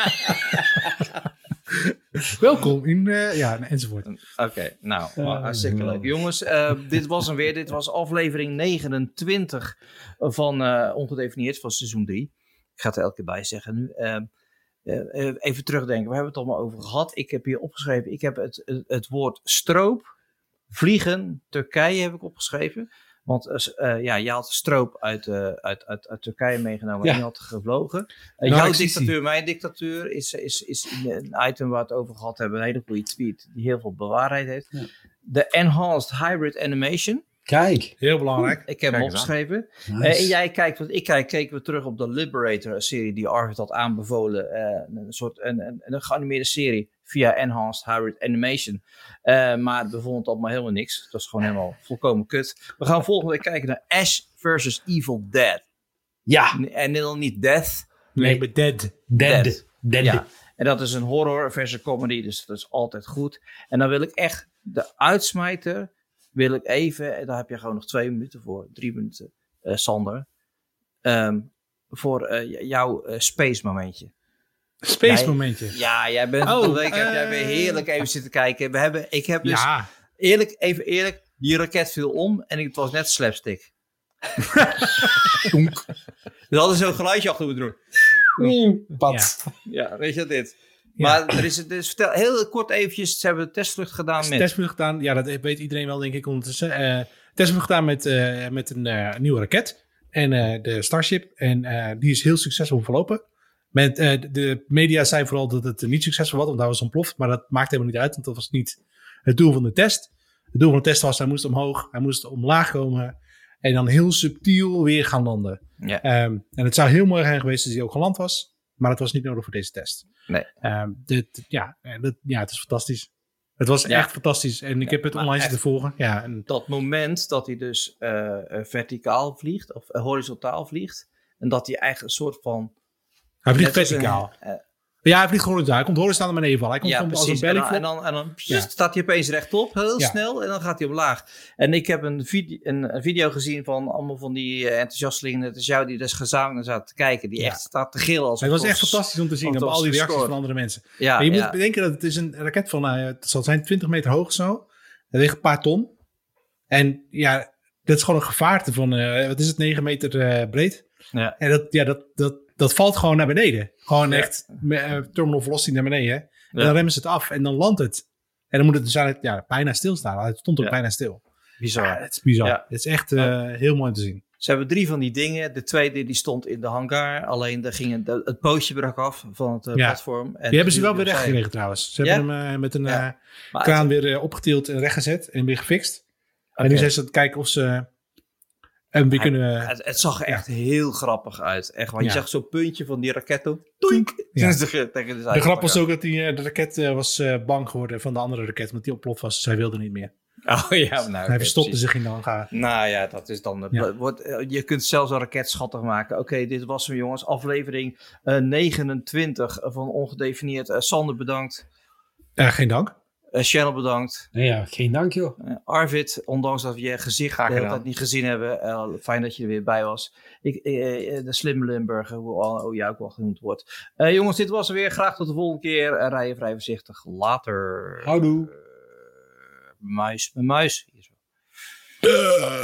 Welkom in, uh, ja, enzovoort. Oké, okay, nou, uh, hartstikke leuk. Jongens, uh, dit was hem weer. Dit was aflevering negenentwintig van uh, Ongedefinieerd van seizoen drie. Ik ga het er elke keer bij zeggen nu. Uh, uh, even terugdenken, we hebben het allemaal over gehad. Ik heb hier opgeschreven, ik heb het, het, het woord stroop, vliegen, Turkije heb ik opgeschreven. Want uh, ja, je had stroop uit, uh, uit, uit, uit Turkije meegenomen ja. en je had gevlogen. Uh, nou, jouw dictatuur, mijn dictatuur is, is, is een item waar we het over gehad hebben. Een hele goede tweet die heel veel bewaarheid heeft. Ja. De Enhanced Hybrid Animation. Kijk. Heel belangrijk. Ik heb hem opgeschreven. Nice. Uh, en jij kijkt, want ik kijk, keken we terug op de Liberator serie die Arvid had aanbevolen. Uh, een soort een, een, een geanimeerde serie via Enhanced Hybrid Animation. Uh, maar we vonden het allemaal helemaal niks. Het was gewoon helemaal volkomen kut. We gaan volgende week kijken naar Ash versus Evil Dead. Ja. En dan niet Death. Nee, maar Dead. Dead. Dead. Dead. Ja. En dat is een horror versus comedy, dus dat is altijd goed. En dan wil ik echt de uitsmijter, wil ik even, en daar heb je gewoon nog twee minuten voor, drie minuten, uh, Sander, um, voor uh, jouw uh, space momentje. Space jij, momentje? Ja, jij bent oh, de week, heb uh, jij weer heerlijk even zitten kijken. We hebben, ik heb dus, ja. eerlijk, even eerlijk, die raket viel om en het was net slapstick. We hadden zo'n geluidje achter moeten doen. Pat. Ja. ja, weet je dit? Maar ja. er is, er is, vertel heel kort eventjes, ze hebben een testvlucht gedaan met... Testvlucht gedaan, ja, dat weet iedereen wel, denk ik, ondertussen. Uh, testvlucht gedaan met, uh, met een uh, nieuwe raket en uh, de Starship. En uh, die is heel succesvol verlopen. Met, uh, de media zei vooral dat het niet succesvol was, want daar was ontploft. Maar dat maakt helemaal niet uit, want dat was niet het doel van de test. Het doel van de test was, hij moest omhoog, hij moest omlaag komen en dan heel subtiel weer gaan landen. Ja. Um, en het zou heel mooi zijn geweest als hij ook geland was, maar het was niet nodig voor deze test. Nee. Um, dit, ja, dit, ja, het is fantastisch. Het was ja. echt fantastisch en ik ja, heb het online zitten volgen. Ja, en... Dat moment dat hij dus uh, verticaal vliegt, of uh, horizontaal vliegt, en dat hij eigenlijk een soort van... Hij vliegt verticaal. Een, uh, ja, hij vliegt horizontaal. Hij komt horizontaal naar beneden vallen. Hij komt ja, als precies. een bellyflop. En dan, en dan, en dan ja. staat hij opeens rechtop, heel ja. snel, en dan gaat hij omlaag. En ik heb een, video, een, een video gezien van allemaal van die uh, enthousiastelingen, het is jou die dus gezamenlijk zaten te kijken, die ja. echt staat te gillen. Als het was echt fantastisch om te zien, op al die reacties van andere mensen. Ja, maar je ja. moet bedenken dat het is een raket van, uh, het zal zijn twintig meter hoog zo. Dat weegt een paar ton. En ja, dat is gewoon een gevaarte van, uh, wat is het, negen meter uh, breed. Ja. En dat, ja, dat, dat, dat valt gewoon naar beneden. Gewoon ja. echt uh, terminal velocity naar beneden. Hè? En ja. dan remmen ze het af en dan landt het. En dan moet het dus eigenlijk ja, bijna stilstaan. Het stond ook ja. bijna stil. Bizar. Ja, het is bizar. Ja. Het is echt uh, ja. heel mooi te zien. Ze hebben drie van die dingen. De tweede die stond in de hangar. Alleen daar ging het, het pootje brak af van het uh, ja. platform. En die hebben ze wel weer rechtgekregen trouwens. Ze ja? hebben hem uh, met een ja. uh, kraan het... weer uh, opgetild en rechtgezet en weer gefixt. Okay. En nu zijn ze aan het kijken of ze... En we Hij, kunnen, het, het zag er echt ja. heel grappig uit. Echt, want ja. je zag zo'n puntje van die raket ook. Toink! Ja. tegen de, de grap was ook dat die, de raket uh, was uh, bang geworden van de andere raket. Want die ontploft was. Zij wilde niet meer. Oh ja, nou, Hij okay, verstopte zich in de hangar. Nou ja, dat is dan... Ja. Wordt, je kunt zelfs een raket schattig maken. Oké, okay, dit was hem jongens. Aflevering uh, negenentwintig van Ongedefinieerd. Uh, Sander, bedankt. Uh, geen dank. Uh, Channel bedankt. Ja, geen dank joh. Uh, Arvid, ondanks dat we je gezicht de hele tijd niet gezien hebben. Uh, fijn dat je er weer bij was. Ik, uh, de slimme Limburger, hoe, hoe jij ook wel genoemd wordt. Uh, jongens, dit was er weer. Graag tot de volgende keer. Uh, rij je vrij voorzichtig. Later. Houdoe. Uh, muis, mijn muis. Hier zo. Uh.